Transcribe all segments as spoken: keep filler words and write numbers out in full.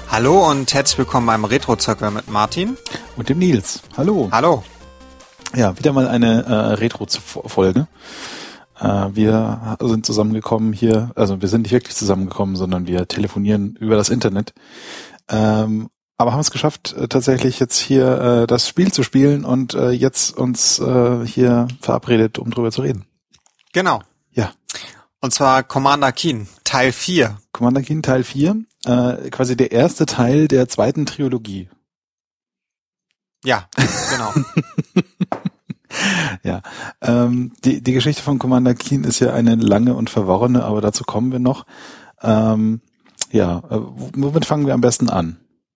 Hallo und herzlich willkommen beim Retro-Zirkel mit Martin. Und dem Nils. Hallo. Hallo. Ja, wieder mal eine äh, Retro-Folge. Äh, wir sind zusammengekommen hier, also wir sind nicht wirklich zusammengekommen, sondern wir telefonieren über das Internet. Ähm, aber haben es geschafft, äh, tatsächlich jetzt hier äh, das Spiel zu spielen und äh, jetzt uns äh, hier verabredet, um drüber zu reden. Genau. Ja. Und zwar Commander Keen, Teil vier. Commander Keen Teil vier, äh, quasi der erste Teil der zweiten Trilogie. Ja, genau. Ja, ähm, die, die Geschichte von Commander Keen ist ja eine lange und verworrene, aber dazu kommen wir noch. Ähm, ja, äh, womit fangen wir am besten an?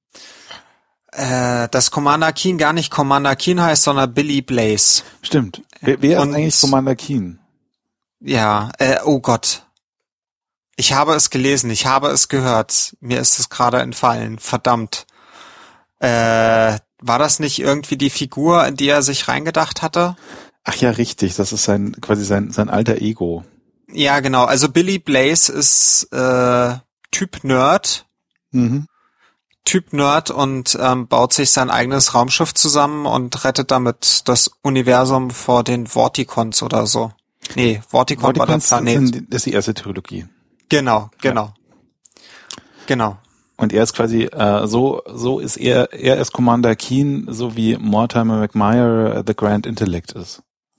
Äh, dass Commander Keen gar nicht Commander Keen heißt, sondern Billy Blaze. Stimmt. Wer, wer Und, ist eigentlich Commander Keen? Ja, äh, oh Gott. Ich habe es gelesen, ich habe es gehört. Mir ist es gerade entfallen. Verdammt. Äh, war das nicht irgendwie die Figur, in die er sich reingedacht hatte? Ach ja, richtig. Das ist sein quasi sein sein alter Ego. Ja, genau. Also Billy Blaze ist äh, Typ Nerd. Mhm. Typ Nerd und ähm, baut sich sein eigenes Raumschiff zusammen und rettet damit das Universum vor den Vorticons oder so. Nee, Vorticon war der Vorticons Planet. sind, ist die erste Trilogie. Genau, genau. Ja. Genau. Und er ist quasi, äh, so so ist er, er ist Commander Keen, so wie Mortimer McMire äh, The Grand Intellect ist.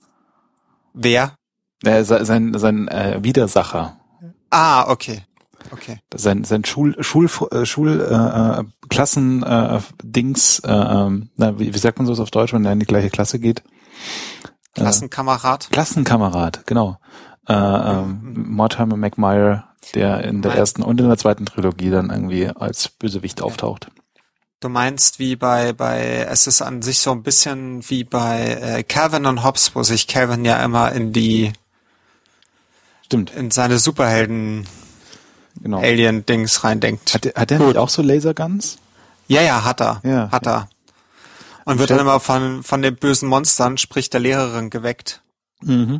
Wer? Äh, sein sein äh, Widersacher. Ah, okay. Okay. Sein sein Schul Schul äh, Schul äh, Klassen äh, Dings, äh, äh, na, wie, wie sagt man so auf Deutsch, wenn er in die gleiche Klasse geht? Klassenkamerad. Äh, Klassenkamerad, genau. Äh, ähm, mhm. Mortimer McMire, der in der ersten und in der zweiten Trilogie dann irgendwie als Bösewicht okay. auftaucht. Du meinst wie bei, bei, es ist an sich so ein bisschen wie bei äh, Calvin und Hobbes, wo sich Calvin ja immer in die, stimmt, in seine Superhelden genau. Alien-Dings reindenkt. Hat der, hat der nicht auch so Laserguns? Ja, ja, hat er, ja, hat ja. er. Und wird dann immer von, von den bösen Monstern, sprich der Lehrerin, geweckt. Mhm.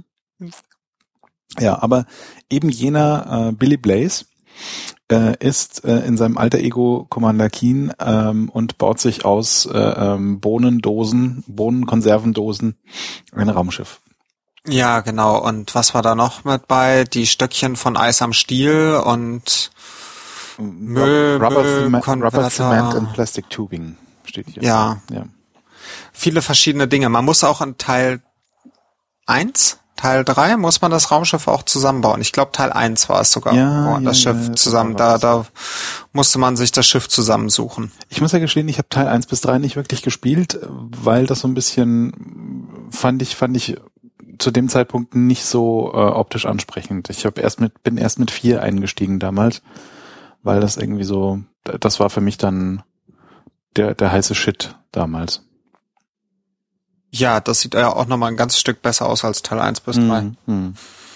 Ja, aber eben jener äh, Billy Blaze äh, ist äh, in seinem alter Ego Commander Keen ähm, und baut sich aus äh, ähm, Bohnendosen, Bohnenkonservendosen ein Raumschiff. Ja, genau. Und was war da noch mit bei? Die Stöckchen von Eis am Stiel und Müll, Rubber, Müll, Cement, Rubber Cement and Plastic Tubing steht hier. Ja. ja. Viele verschiedene Dinge. Man muss auch in Teil eins, Teil drei muss man das Raumschiff auch zusammenbauen. Ich glaube Teil eins war es sogar. Ja, oh, das ja, Schiff ja, zusammen. Da, da musste man sich das Schiff zusammensuchen. Ich muss ja gestehen, ich habe Teil eins bis drei nicht wirklich gespielt, weil das so ein bisschen fand ich fand ich zu dem Zeitpunkt nicht so äh, optisch ansprechend. Ich habe erst mit bin erst mit vier eingestiegen damals, weil das irgendwie so, das war für mich dann der der heiße Shit damals. Ja, das sieht ja auch nochmal ein ganzes Stück besser aus als Teil eins bis drei. Mhm.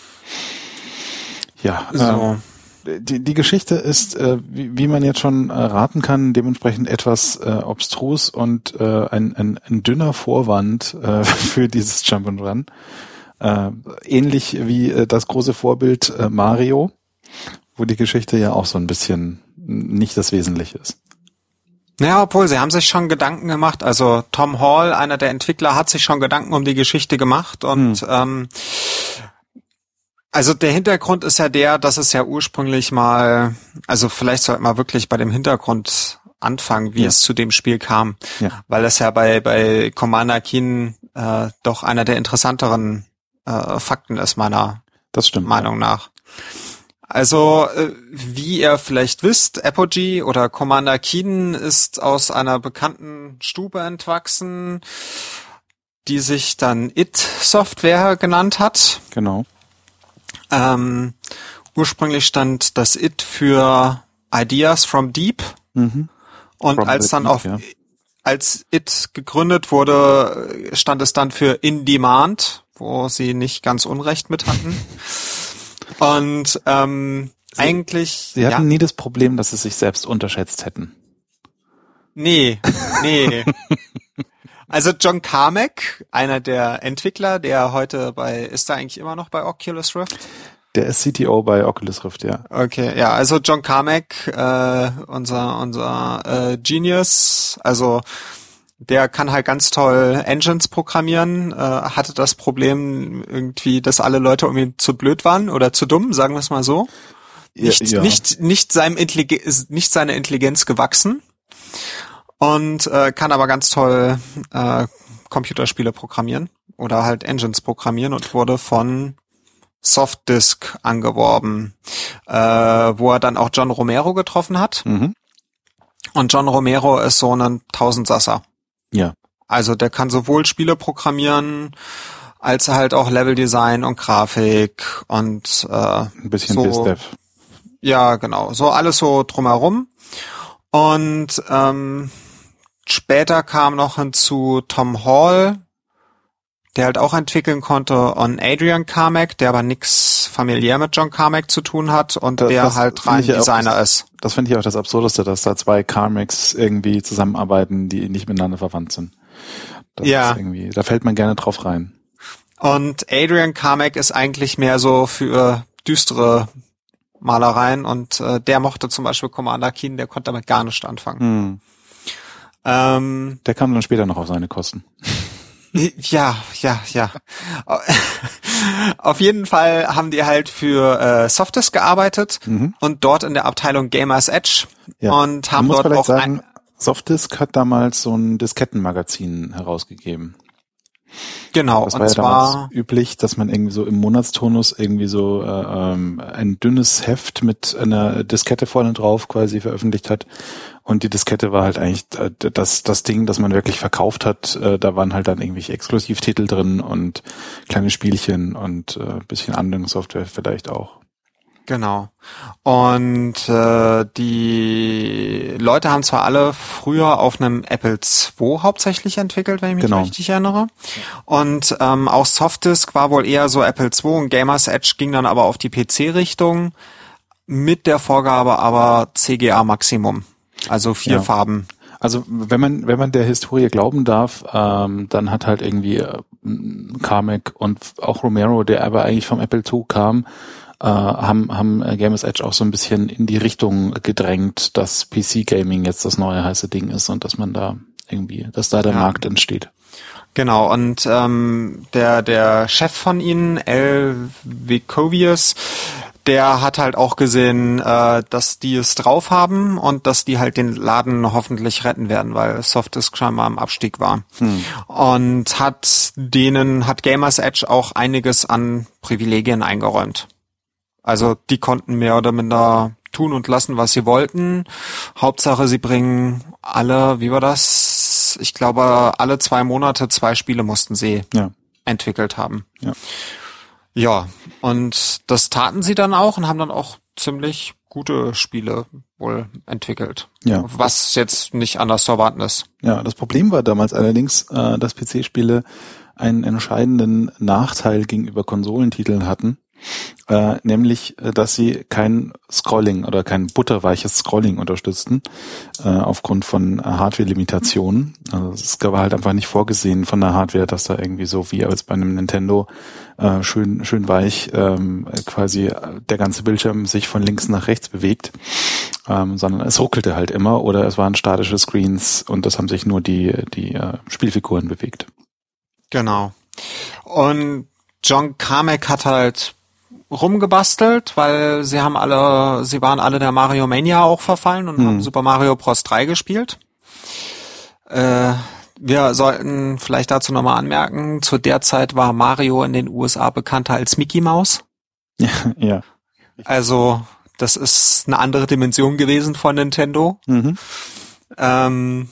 Ja, so. äh, die, die Geschichte ist, äh, wie, wie man jetzt schon äh, raten kann, dementsprechend etwas äh, obstrus und äh, ein, ein, ein dünner Vorwand äh, für dieses Jump'n'Run. Äh, ähnlich wie äh, das große Vorbild äh, Mario, wo die Geschichte ja auch so ein bisschen nicht das Wesentliche ist. Ja, obwohl, sie haben sich schon Gedanken gemacht. Also Tom Hall, einer der Entwickler, hat sich schon Gedanken um die Geschichte gemacht. Und hm. ähm, also der Hintergrund ist ja der, dass es ja ursprünglich mal, also vielleicht sollte man wirklich bei dem Hintergrund anfangen, wie ja. es zu dem Spiel kam. Ja. Weil es ja bei bei Commander Keen äh, doch einer der interessanteren äh, Fakten ist, meiner das stimmt, Meinung ja. nach. Also, äh, wie ihr vielleicht wisst, Apogee oder Commander Keen ist aus einer bekannten Stube entwachsen, die sich dann I T Software genannt hat. Genau. Ähm, ursprünglich stand das I T für Ideas from Deep. Mhm. Und from als dann deep, auf, ja. als I T gegründet wurde, stand es dann für In Demand, wo sie nicht ganz Unrecht mit hatten. Und ähm, sie, eigentlich... Sie hatten ja. nie das Problem, dass sie sich selbst unterschätzt hätten. Nee, nee. Also John Carmack, einer der Entwickler, der heute bei... Ist er eigentlich immer noch bei Oculus Rift? Der ist C T O bei Oculus Rift, ja. Okay, ja, also John Carmack, äh, unser unser äh, Genius, also der kann halt ganz toll Engines programmieren, äh, hatte das Problem irgendwie, dass alle Leute um ihn zu blöd waren oder zu dumm, sagen wir es mal so. Nicht, ja, ja. nicht, nicht seinem Intelligen- nicht seiner Intelligenz gewachsen und äh, kann aber ganz toll äh, Computerspiele programmieren oder halt Engines programmieren und wurde von Softdisk angeworben, äh, wo er dann auch John Romero getroffen hat. Mhm. Und John Romero ist so ein Tausendsasser. Ja. Also der kann sowohl Spiele programmieren, als halt auch Leveldesign und Grafik und äh, ein bisschen so, BizDev. Ja, genau. So alles so drumherum. Und ähm, später kam noch hinzu Tom Hall, der halt auch entwickeln konnte, und Adrian Carmack, der aber nix familiär mit John Carmack zu tun hat und das, der das halt rein Designer auch, ist. Das finde ich auch das Absurdeste, dass da zwei Carmacks irgendwie zusammenarbeiten, die nicht miteinander verwandt sind. Das ja. Ist irgendwie, da fällt man gerne drauf rein. Und Adrian Carmack ist eigentlich mehr so für düstere Malereien und äh, der mochte zum Beispiel Commander Keen, der konnte damit gar nicht anfangen. Hm. Ähm, der kam dann später noch auf seine Kosten. Ja, ja, ja. Auf jeden Fall haben die halt für äh, Softdisk gearbeitet mhm. und dort in der Abteilung Gamers Edge ja. und haben Man muss dort auch sagen, Softdisk hat damals so ein Diskettenmagazin herausgegeben. Genau, das war und ja zwar damals üblich, dass man irgendwie so im Monatstonus irgendwie so äh, ähm, ein dünnes Heft mit einer Diskette vorne drauf quasi veröffentlicht hat. Und die Diskette war halt eigentlich das das Ding, das man wirklich verkauft hat. Da waren halt dann irgendwelche Exklusivtitel drin und kleine Spielchen und äh, ein bisschen Anwendungssoftware vielleicht auch. Genau. Und äh, die Leute haben zwar alle früher auf einem Apple zwei hauptsächlich entwickelt, wenn ich mich genau. richtig erinnere. Und ähm, auch Softdisk war wohl eher so Apple zwei und Gamers Edge ging dann aber auf die P C-Richtung mit der Vorgabe aber C G A Maximum. Also vier ja. Farben. Also wenn man wenn man der Historie glauben darf, ähm, dann hat halt irgendwie äh, Carmack und auch Romero, der aber eigentlich vom Apple zwei kam, äh, haben haben Gamers Edge auch so ein bisschen in die Richtung gedrängt, dass P C Gaming jetzt das neue heiße Ding ist und dass man da irgendwie, dass da der ja. Markt entsteht. Genau, und ähm, der der Chef von ihnen, Al Vicovius, der hat halt auch gesehen, äh, dass die es drauf haben und dass die halt den Laden hoffentlich retten werden, weil Softdisk scheinbar am Abstieg war. Hm. Und hat denen, hat Gamers Edge auch einiges an Privilegien eingeräumt. Also die konnten mehr oder minder tun und lassen, was sie wollten. Hauptsache, sie bringen alle, wie war das? Ich glaube, alle zwei Monate zwei Spiele mussten sie ja. entwickelt haben. Ja. Ja, und das taten sie dann auch und haben dann auch ziemlich gute Spiele wohl entwickelt. Ja. Was jetzt nicht anders zu erwarten ist. Ja, das Problem war damals allerdings, äh, dass P C-Spiele einen entscheidenden Nachteil gegenüber Konsolentiteln hatten. Äh, nämlich, dass sie kein Scrolling oder kein butterweiches Scrolling unterstützten, äh, aufgrund von Hardware-Limitationen. Also es war halt einfach nicht vorgesehen von der Hardware, dass da irgendwie so wie als bei einem Nintendo äh, schön schön weich ähm, quasi der ganze Bildschirm sich von links nach rechts bewegt, ähm, sondern es ruckelte halt immer oder es waren statische Screens und das haben sich nur die die äh, Spielfiguren bewegt. Genau. Und John Carmack hat halt rumgebastelt, weil sie haben alle, sie waren alle der Mario Mania auch verfallen und hm. haben Super Mario Bros. drei gespielt. Äh, wir sollten vielleicht dazu nochmal anmerken, zu der Zeit war Mario in den U S A bekannter als Mickey Mouse. Ja, ja. Also, das ist eine andere Dimension gewesen von Nintendo. Mhm. Ähm,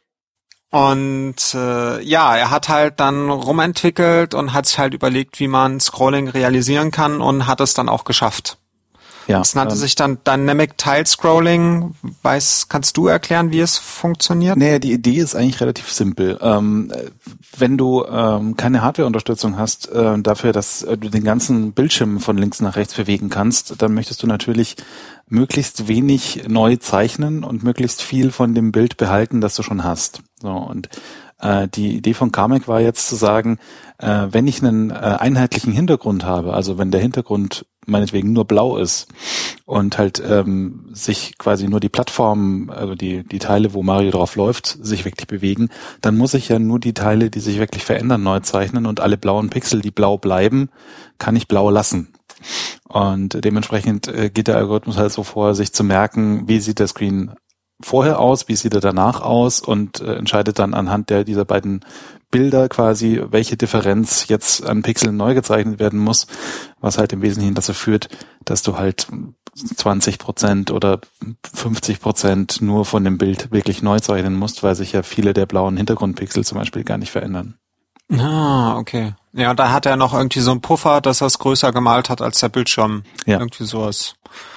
Und äh, ja, er hat halt dann rumentwickelt und hat sich halt überlegt, wie man Scrolling realisieren kann und hat es dann auch geschafft. Ja, es nannte ähm, sich dann Dynamic Tile Scrolling. Weiß, kannst du erklären, wie es funktioniert? Nee, die Idee ist eigentlich relativ simpel. Ähm, wenn du ähm, keine Hardware-Unterstützung hast, äh, dafür, dass äh, du den ganzen Bildschirm von links nach rechts bewegen kannst, dann möchtest du natürlich möglichst wenig neu zeichnen und möglichst viel von dem Bild behalten, das du schon hast. So, und äh, die Idee von Carmack war jetzt zu sagen, äh, wenn ich einen äh, einheitlichen Hintergrund habe, also wenn der Hintergrund meinetwegen nur blau ist und halt ähm, sich quasi nur die Plattformen, also die die Teile, wo Mario drauf läuft, sich wirklich bewegen, dann muss ich ja nur die Teile, die sich wirklich verändern, neu zeichnen und alle blauen Pixel, die blau bleiben, kann ich blau lassen. Und dementsprechend äh, geht der Algorithmus halt so vor, sich zu merken, wie sieht der Screen vorher aus, wie sieht er danach aus und äh, entscheidet dann anhand der dieser beiden Bilder quasi, welche Differenz jetzt an Pixeln neu gezeichnet werden muss, was halt im Wesentlichen dazu führt, dass du halt zwanzig Prozent oder fünfzig Prozent nur von dem Bild wirklich neu zeichnen musst, weil sich ja viele der blauen Hintergrundpixel zum Beispiel gar nicht verändern. Ah, okay. Ja, und da hat er noch irgendwie so einen Puffer, dass er es größer gemalt hat als der Bildschirm. Ja. Irgendwie sowas.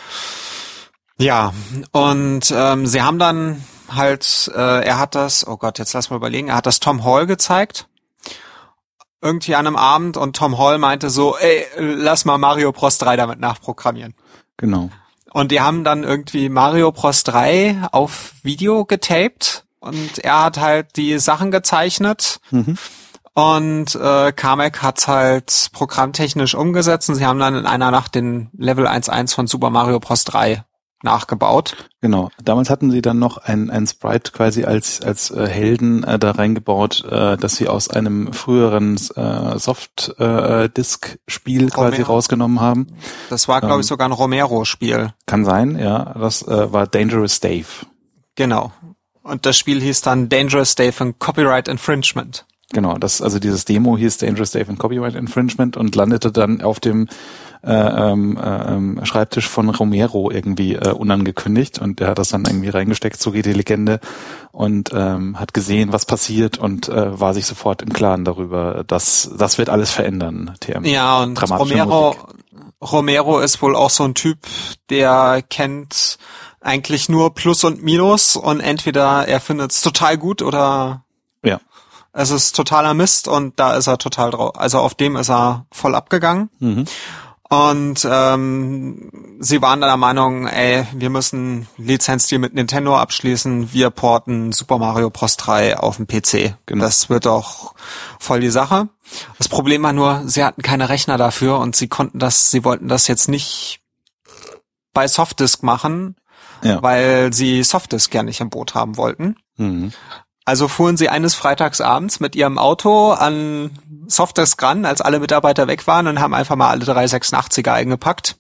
Ja, und ähm, sie haben dann halt, äh, er hat das, oh Gott, jetzt lass mal überlegen, er hat das Tom Hall gezeigt, irgendwie an einem Abend, und Tom Hall meinte so, ey, lass mal Mario Bros. drei damit nachprogrammieren. Genau. Und die haben dann irgendwie Mario Bros. drei auf Video getaped und er hat halt die Sachen gezeichnet. Mhm. Und äh, Carmack hat's halt programmtechnisch umgesetzt und sie haben dann in einer Nacht den Level eins Punkt eins von Super Mario Bros. drei nachgebaut. Genau. Damals hatten sie dann noch ein, ein Sprite quasi als als äh, Helden äh, da reingebaut, äh, dass sie aus einem früheren äh, Soft-Disk-Spiel äh, quasi rausgenommen haben. Das war, glaube ähm, ich, sogar ein Romero-Spiel. Kann sein, ja. Das äh, war Dangerous Dave. Genau. Und das Spiel hieß dann Dangerous Dave and Copyright Infringement. Genau, das also dieses Demo hieß Dangerous Dave and Copyright Infringement und landete dann auf dem äh, ähm, äh, Schreibtisch von Romero irgendwie äh, unangekündigt, und der hat das dann irgendwie reingesteckt, so geht die Legende, und ähm, hat gesehen, was passiert, und äh, war sich sofort im Klaren darüber, dass das wird alles verändern. T M. Ja, und Romero, Romero ist wohl auch so ein Typ, der kennt eigentlich nur Plus und Minus, und entweder er findet es total gut oder ja. Es ist totaler Mist, und da ist er total drauf. Also auf dem ist er voll abgegangen. Mhm. Und ähm, sie waren dann der Meinung, ey, wir müssen Lizenzdeal mit Nintendo abschließen. Wir porten Super Mario Bros. drei auf den P C. Genau. Das wird doch voll die Sache. Das Problem war nur, sie hatten keine Rechner dafür, und sie konnten das, sie wollten das jetzt nicht bei Softdisk machen, ja, weil sie Softdisk ja nicht im Boot haben wollten. Mhm. Also fuhren sie eines Freitagsabends mit ihrem Auto an Softdisk ran, als alle Mitarbeiter weg waren, und haben einfach mal alle drei sechsundachtziger eingepackt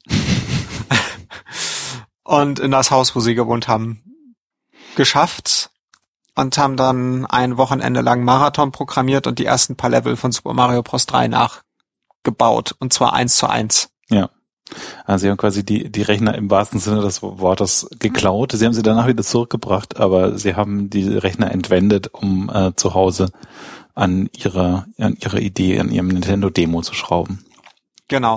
und in das Haus, wo sie gewohnt haben, geschafft, und haben dann ein Wochenende lang Marathon programmiert und die ersten paar Level von Super Mario Bros. drei nachgebaut, und zwar eins zu eins. Ja. Also sie haben quasi die die Rechner im wahrsten Sinne des Wortes geklaut. Sie haben sie danach wieder zurückgebracht, aber sie haben die Rechner entwendet, um äh, zu Hause an ihrer an ihrer Idee, an ihrem Nintendo-Demo zu schrauben. Genau.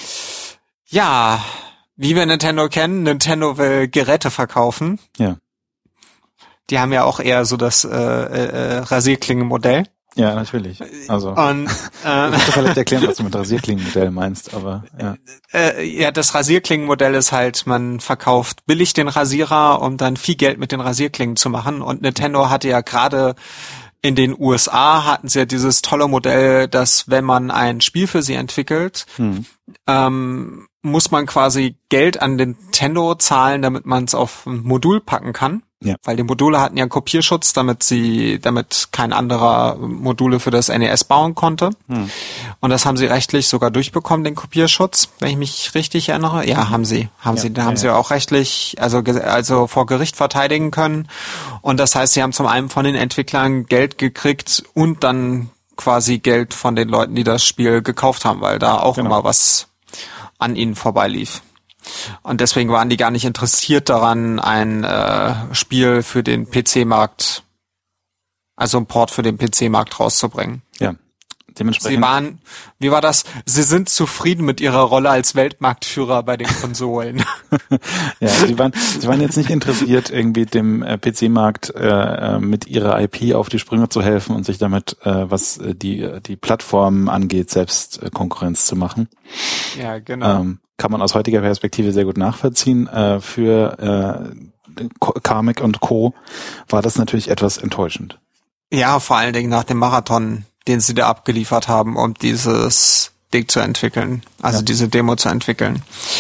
Ja, wie wir Nintendo kennen, Nintendo will Geräte verkaufen. Ja. Die haben ja auch eher so das äh, äh, Rasierklingenmodell. Ja, natürlich. Also und, äh, ich muss vielleicht erklären, was du mit Rasierklingenmodell meinst, aber ja. Äh, ja, das Rasierklingenmodell ist halt, man verkauft billig den Rasierer, um dann viel Geld mit den Rasierklingen zu machen. Und Nintendo hatte ja gerade in den U S A hatten sie ja dieses tolle Modell, dass wenn man ein Spiel für sie entwickelt, hm. ähm, muss man quasi Geld an Nintendo zahlen, damit man es auf ein Modul packen kann. Ja. Weil die Module hatten ja einen Kopierschutz, damit sie, damit kein anderer Module für das N E S bauen konnte. Hm. Und das haben sie rechtlich sogar durchbekommen, den Kopierschutz, wenn ich mich richtig erinnere. Ja, haben sie, haben ja, sie, da haben ja, sie ja. auch rechtlich, also, also vor Gericht verteidigen können. Und das heißt, sie haben zum einen von den Entwicklern Geld gekriegt und dann quasi Geld von den Leuten, die das Spiel gekauft haben, weil da auch genau. immer was an ihnen vorbeilief. Und deswegen waren die gar nicht interessiert daran, ein äh, Spiel für den P C-Markt, also ein Port für den P C-Markt rauszubringen. Ja, dementsprechend. Sie waren, wie war das? Sie sind zufrieden mit ihrer Rolle als Weltmarktführer bei den Konsolen. Ja, sie waren, sie waren jetzt nicht interessiert, irgendwie dem äh, P C-Markt äh, mit ihrer I P auf die Sprünge zu helfen und sich damit, äh, was die die Plattformen angeht, selbst äh, Konkurrenz zu machen. Ja, genau. Ähm, kann man aus heutiger Perspektive sehr gut nachvollziehen. Äh, für äh, Carmack und Co. war das natürlich etwas enttäuschend. Ja, vor allen Dingen nach dem Marathon, den sie da abgeliefert haben, um dieses Dig zu entwickeln, also ja. diese Demo zu entwickeln.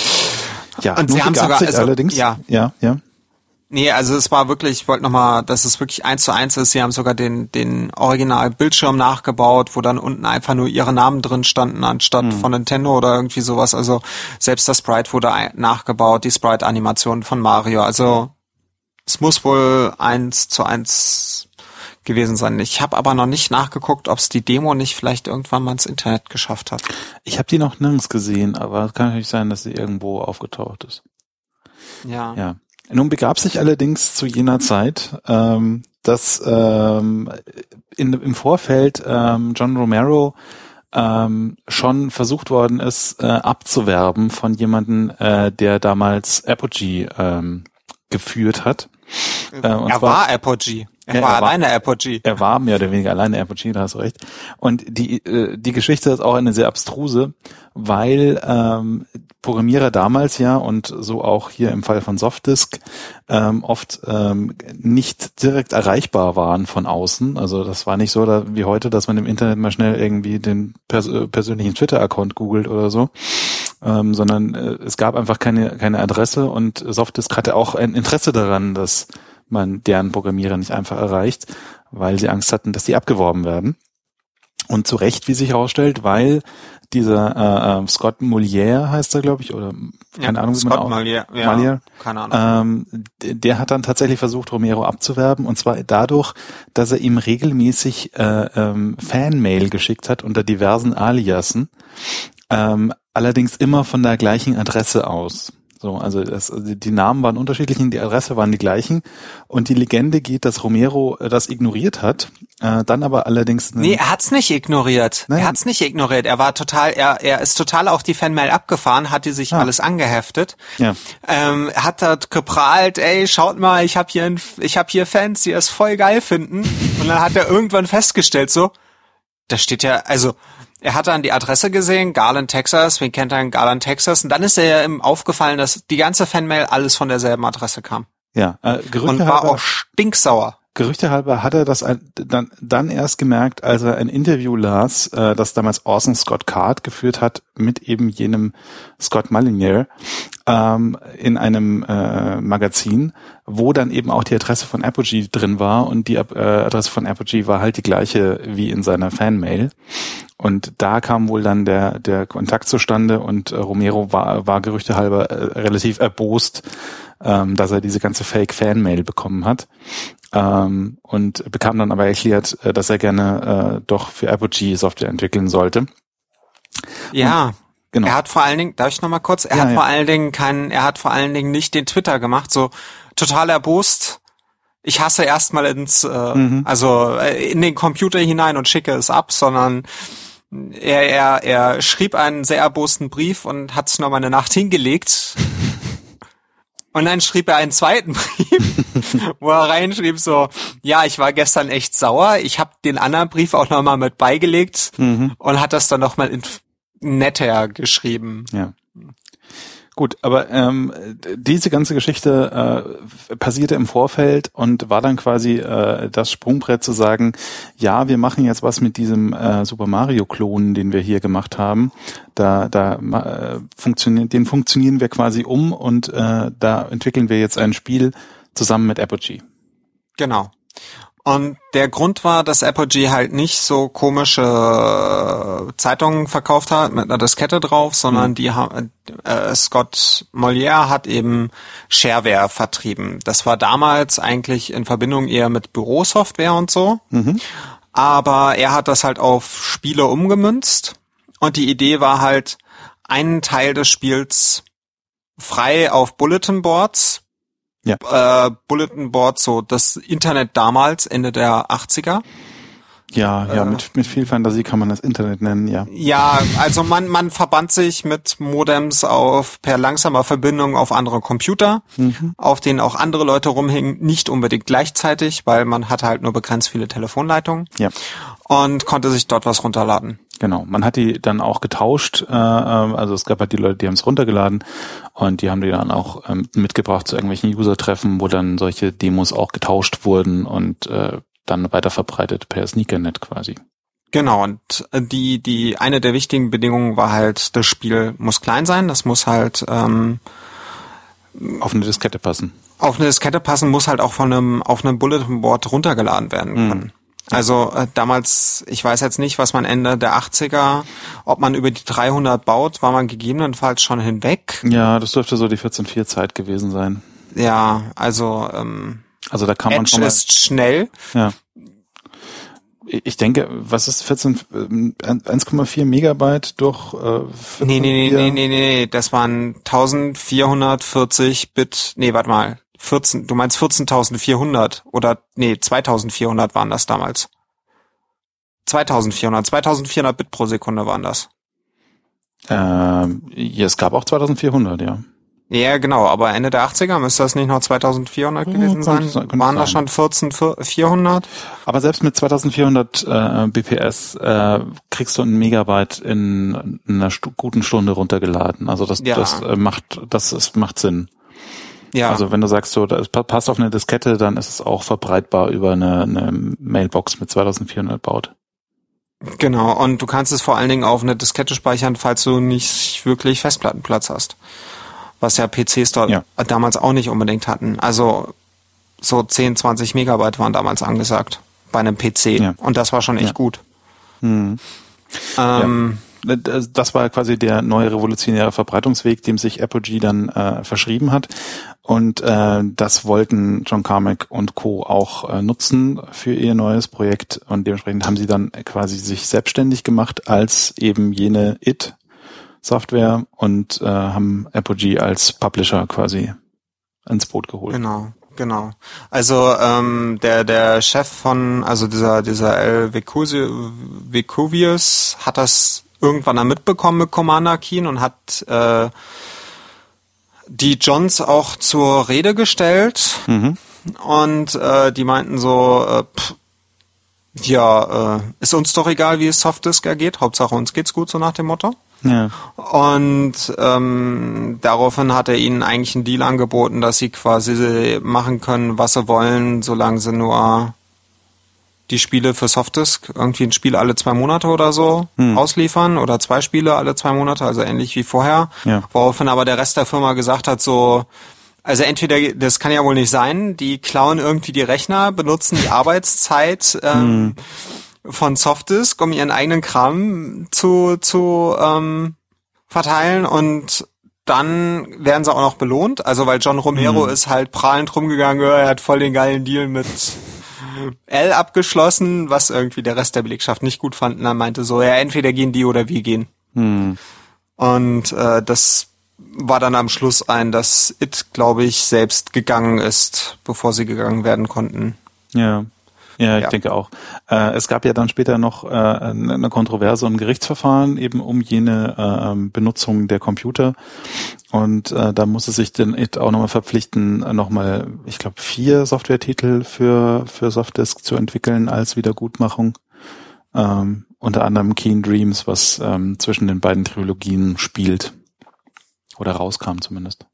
Ja, und sie haben sogar sich also, allerdings. Ja, ja, ja. Nee, also es war wirklich, ich wollte nochmal, dass es wirklich eins zu eins ist. Sie haben sogar den den Original-Bildschirm nachgebaut, wo dann unten einfach nur ihre Namen drin standen, anstatt hm. von Nintendo oder irgendwie sowas. Also selbst das Sprite wurde nachgebaut, die Sprite-Animation von Mario. Also es muss wohl eins zu eins gewesen sein. Ich habe aber noch nicht nachgeguckt, ob es die Demo nicht vielleicht irgendwann mal ins Internet geschafft hat. Ich habe die noch nirgends gesehen, aber es kann natürlich sein, dass sie irgendwo aufgetaucht ist. Ja. Ja. Nun begab sich allerdings zu jener Zeit, ähm, dass ähm, in, im Vorfeld ähm, John Romero ähm, schon versucht worden ist, äh, abzuwerben von jemandem, äh, der damals Apogee ähm, geführt hat. Äh, und er zwar, war Apogee. Er, ja, war er war alleine Apogee. Er war mehr oder weniger alleine Apogee, da hast du recht. Und die äh, die Geschichte ist auch eine sehr abstruse, weil ähm, Programmierer damals ja und so auch hier im Fall von Softdisk ähm, oft ähm, nicht direkt erreichbar waren von außen. Also das war nicht so da, wie heute, dass man im Internet mal schnell irgendwie den pers- persönlichen Twitter-Account googelt oder so, ähm, sondern äh, es gab einfach keine keine Adresse und Softdisk hatte auch ein Interesse daran, dass man deren Programmierer nicht einfach erreicht, weil sie Angst hatten, dass die abgeworben werden. Und zu Recht, wie sich herausstellt, weil dieser äh, Scott Molière heißt er, glaube ich, oder keine ja, Ahnung, wie Scott man auch, Molière, ja, Molière, keine Ahnung. Ähm, der hat dann tatsächlich versucht, Romero abzuwerben, und zwar dadurch, dass er ihm regelmäßig äh, ähm, Fanmail geschickt hat unter diversen Aliasen, ähm, allerdings immer von der gleichen Adresse aus. So, also, das, also die Namen waren unterschiedlich, die Adresse waren die gleichen, und die Legende geht, dass Romero das ignoriert hat, äh, dann aber allerdings... Nee, er hat's nicht ignoriert. Nein. Er hat's nicht ignoriert. Er war total, er er ist total auf die Fanmail abgefahren, hat die sich ah. alles angeheftet, ja. ähm, hat dort geprahlt, ey, schaut mal, ich habe hier ein, ich habe hier Fans, die es voll geil finden, und dann hat er irgendwann festgestellt, so, da steht ja, also... Er hat dann die Adresse gesehen, Garland, Texas, wen kennt er in Garland, Texas, und dann ist er ja ihm aufgefallen, dass die ganze Fanmail alles von derselben Adresse kam. Ja, äh, Gerüchte und war auch stinksauer. Gerüchtehalber hat er das dann, dann erst gemerkt, als er ein Interview las, äh, das damals Orson Scott Card geführt hat mit eben jenem Scott Molière ähm, in einem äh, Magazin, wo dann eben auch die Adresse von Apogee drin war, und die äh, Adresse von Apogee war halt die gleiche wie in seiner Fanmail. Und da kam wohl dann der der Kontakt zustande, und äh, Romero war, war gerüchtehalber äh, relativ erbost, ähm, dass er diese ganze Fake-Fan-Mail bekommen hat. Ähm, und bekam dann aber erklärt, äh, dass er gerne äh, doch für Apogee Software entwickeln sollte. Ja, und, genau. Er hat vor allen Dingen, darf ich noch mal kurz, er ja, hat ja. vor allen Dingen keinen, er hat vor allen Dingen nicht den Twitter gemacht, so total erbost. Ich hasse erstmal ins, äh, mhm. also äh, in den Computer hinein und schicke es ab, sondern er, er, er schrieb einen sehr erbosten Brief und hat sich noch mal eine Nacht hingelegt. Und dann schrieb er einen zweiten Brief, wo er reinschrieb so, ja, ich war gestern echt sauer, ich habe den anderen Brief auch noch mal mit beigelegt mhm. und hat das dann noch mal in netter geschrieben. Ja. Gut, aber ähm, diese ganze Geschichte äh, passierte im Vorfeld und war dann quasi äh, das Sprungbrett zu sagen, ja, wir machen jetzt was mit diesem äh, Super Mario-Klon, den wir hier gemacht haben. Da, da äh, funktioniert, den funktionieren wir quasi um, und äh, da entwickeln wir jetzt ein Spiel zusammen mit Apogee. Genau. Und der Grund war, dass Apogee halt nicht so komische Zeitungen verkauft hat mit einer Diskette drauf, sondern mhm. die haben äh, Scott Molière hat eben Shareware vertrieben. Das war damals eigentlich in Verbindung eher mit Bürosoftware und so. Mhm. Aber er hat das halt auf Spiele umgemünzt, und die Idee war halt, einen Teil des Spiels frei auf Bulletin Boards. Ja. Äh, Bulletin Board, so das Internet damals, Ende der achtziger. Ja, ja, äh, mit mit viel Fantasie kann man das Internet nennen, ja. Ja, also man man verband sich mit Modems auf per langsamer Verbindung auf andere Computer, mhm. auf denen auch andere Leute rumhingen, nicht unbedingt gleichzeitig, weil man hatte halt nur begrenzt viele Telefonleitungen. Ja. Und konnte sich dort was runterladen. Genau, man hat die dann auch getauscht, äh, also es gab halt die Leute, die haben es runtergeladen, und die haben die dann auch ähm, mitgebracht zu irgendwelchen User-Treffen, wo dann solche Demos auch getauscht wurden und äh, dann weiter verbreitet per Sneakernet quasi. Genau, und die die eine der wichtigen Bedingungen war halt, das Spiel muss klein sein, das muss halt ähm, auf eine Diskette passen. Auf eine Diskette passen, muss halt auch von einem auf einem Bulletin Board runtergeladen werden können. Mhm. Also äh, damals, ich weiß jetzt nicht, was man Ende der achtziger, ob man über die dreihundert baut, war man gegebenenfalls schon hinweg. Ja, das dürfte so die vierzehn vier Zeit gewesen sein. Ja, also ähm, also da kann man Edge schon mal, ist schnell. Ja. Ich denke, was ist vierzehn, eins Komma vier Megabyte durch äh, Nee, nee, nee, nee, nee, nee, das waren eintausendvierhundertvierzig Bit, nee, warte mal, vierzehn, du meinst vierzehntausendvierhundert oder, nee, zweitausendvierhundert waren das damals. zweitausendvierhundert, zweitausendvierhundert Bit pro Sekunde waren das. Ähm, ja, es gab auch zweitausendvierhundert, ja. Ja, genau, aber Ende der achtziger müsste das nicht noch zweitausendvierhundert ja, gewesen sein? sein Waren das schon vierzehntausendvierhundert? Aber selbst mit zweitausendvierhundert äh, B P S äh, kriegst du einen Megabyte in einer stu- guten Stunde runtergeladen. Also das, ja. das äh, macht, das ist, macht Sinn. Ja. Also wenn du sagst, so, das passt auf eine Diskette, dann ist es auch verbreitbar über eine, eine Mailbox mit zweitausendvierhundert Baud. Genau, und du kannst es vor allen Dingen auf eine Diskette speichern, falls du nicht wirklich Festplattenplatz hast. Was ja P Cs dort ja. damals auch nicht unbedingt hatten. Also so zehn, zwanzig Megabyte waren damals angesagt bei einem P C. Ja. Und das war schon echt ja. gut. Hm. Ähm, ja. Das war quasi der neue revolutionäre Verbreitungsweg, dem sich Apogee dann äh, verschrieben hat. Und äh, das wollten John Carmack und Co. auch äh, nutzen für ihr neues Projekt. Und dementsprechend haben sie dann quasi sich selbstständig gemacht als eben jene It Software und äh, haben Apogee als Publisher quasi ins Boot geholt. Genau, genau. Also ähm, der der Chef von, also dieser dieser L. Vecuvius hat das irgendwann dann mitbekommen mit Commander Keen und hat äh, die Johns auch zur Rede gestellt. Mhm. Und äh, die meinten so, äh, pff, ja, äh, ist uns doch egal, wie es Softdisk ergeht, Hauptsache uns geht's gut, so nach dem Motto. Ja. Und ähm, daraufhin hat er ihnen eigentlich einen Deal angeboten, dass sie quasi machen können, was sie wollen, solange sie nur die Spiele für Softdisk, irgendwie ein Spiel alle zwei Monate oder so hm. ausliefern oder zwei Spiele alle zwei Monate, also ähnlich wie vorher. Ja. Woraufhin aber der Rest der Firma gesagt hat, so, also entweder, das kann ja wohl nicht sein, die klauen irgendwie die Rechner, benutzen die Arbeitszeit ähm, hm. von Softdisk, um ihren eigenen Kram zu zu ähm, verteilen und dann werden sie auch noch belohnt. Also weil John Romero mhm. ist halt prahlend rumgegangen, er hat voll den geilen Deal mit L abgeschlossen, was irgendwie der Rest der Belegschaft nicht gut fand. Und er meinte so, ja, entweder gehen die oder wir gehen. Mhm. Und äh, das war dann am Schluss ein, dass It, glaube ich, selbst gegangen ist, bevor sie gegangen werden konnten. Ja. Ja, ich ja. denke auch. Äh, es gab ja dann später noch äh, eine Kontroverse und ein Gerichtsverfahren eben um jene äh, Benutzung der Computer. Und äh, da musste sich dann It auch nochmal verpflichten, nochmal, ich glaube, vier Softwaretitel für für Softdisk zu entwickeln als Wiedergutmachung. Ähm, unter anderem Keen Dreams, was ähm, zwischen den beiden Trilogien spielt. Oder rauskam zumindest.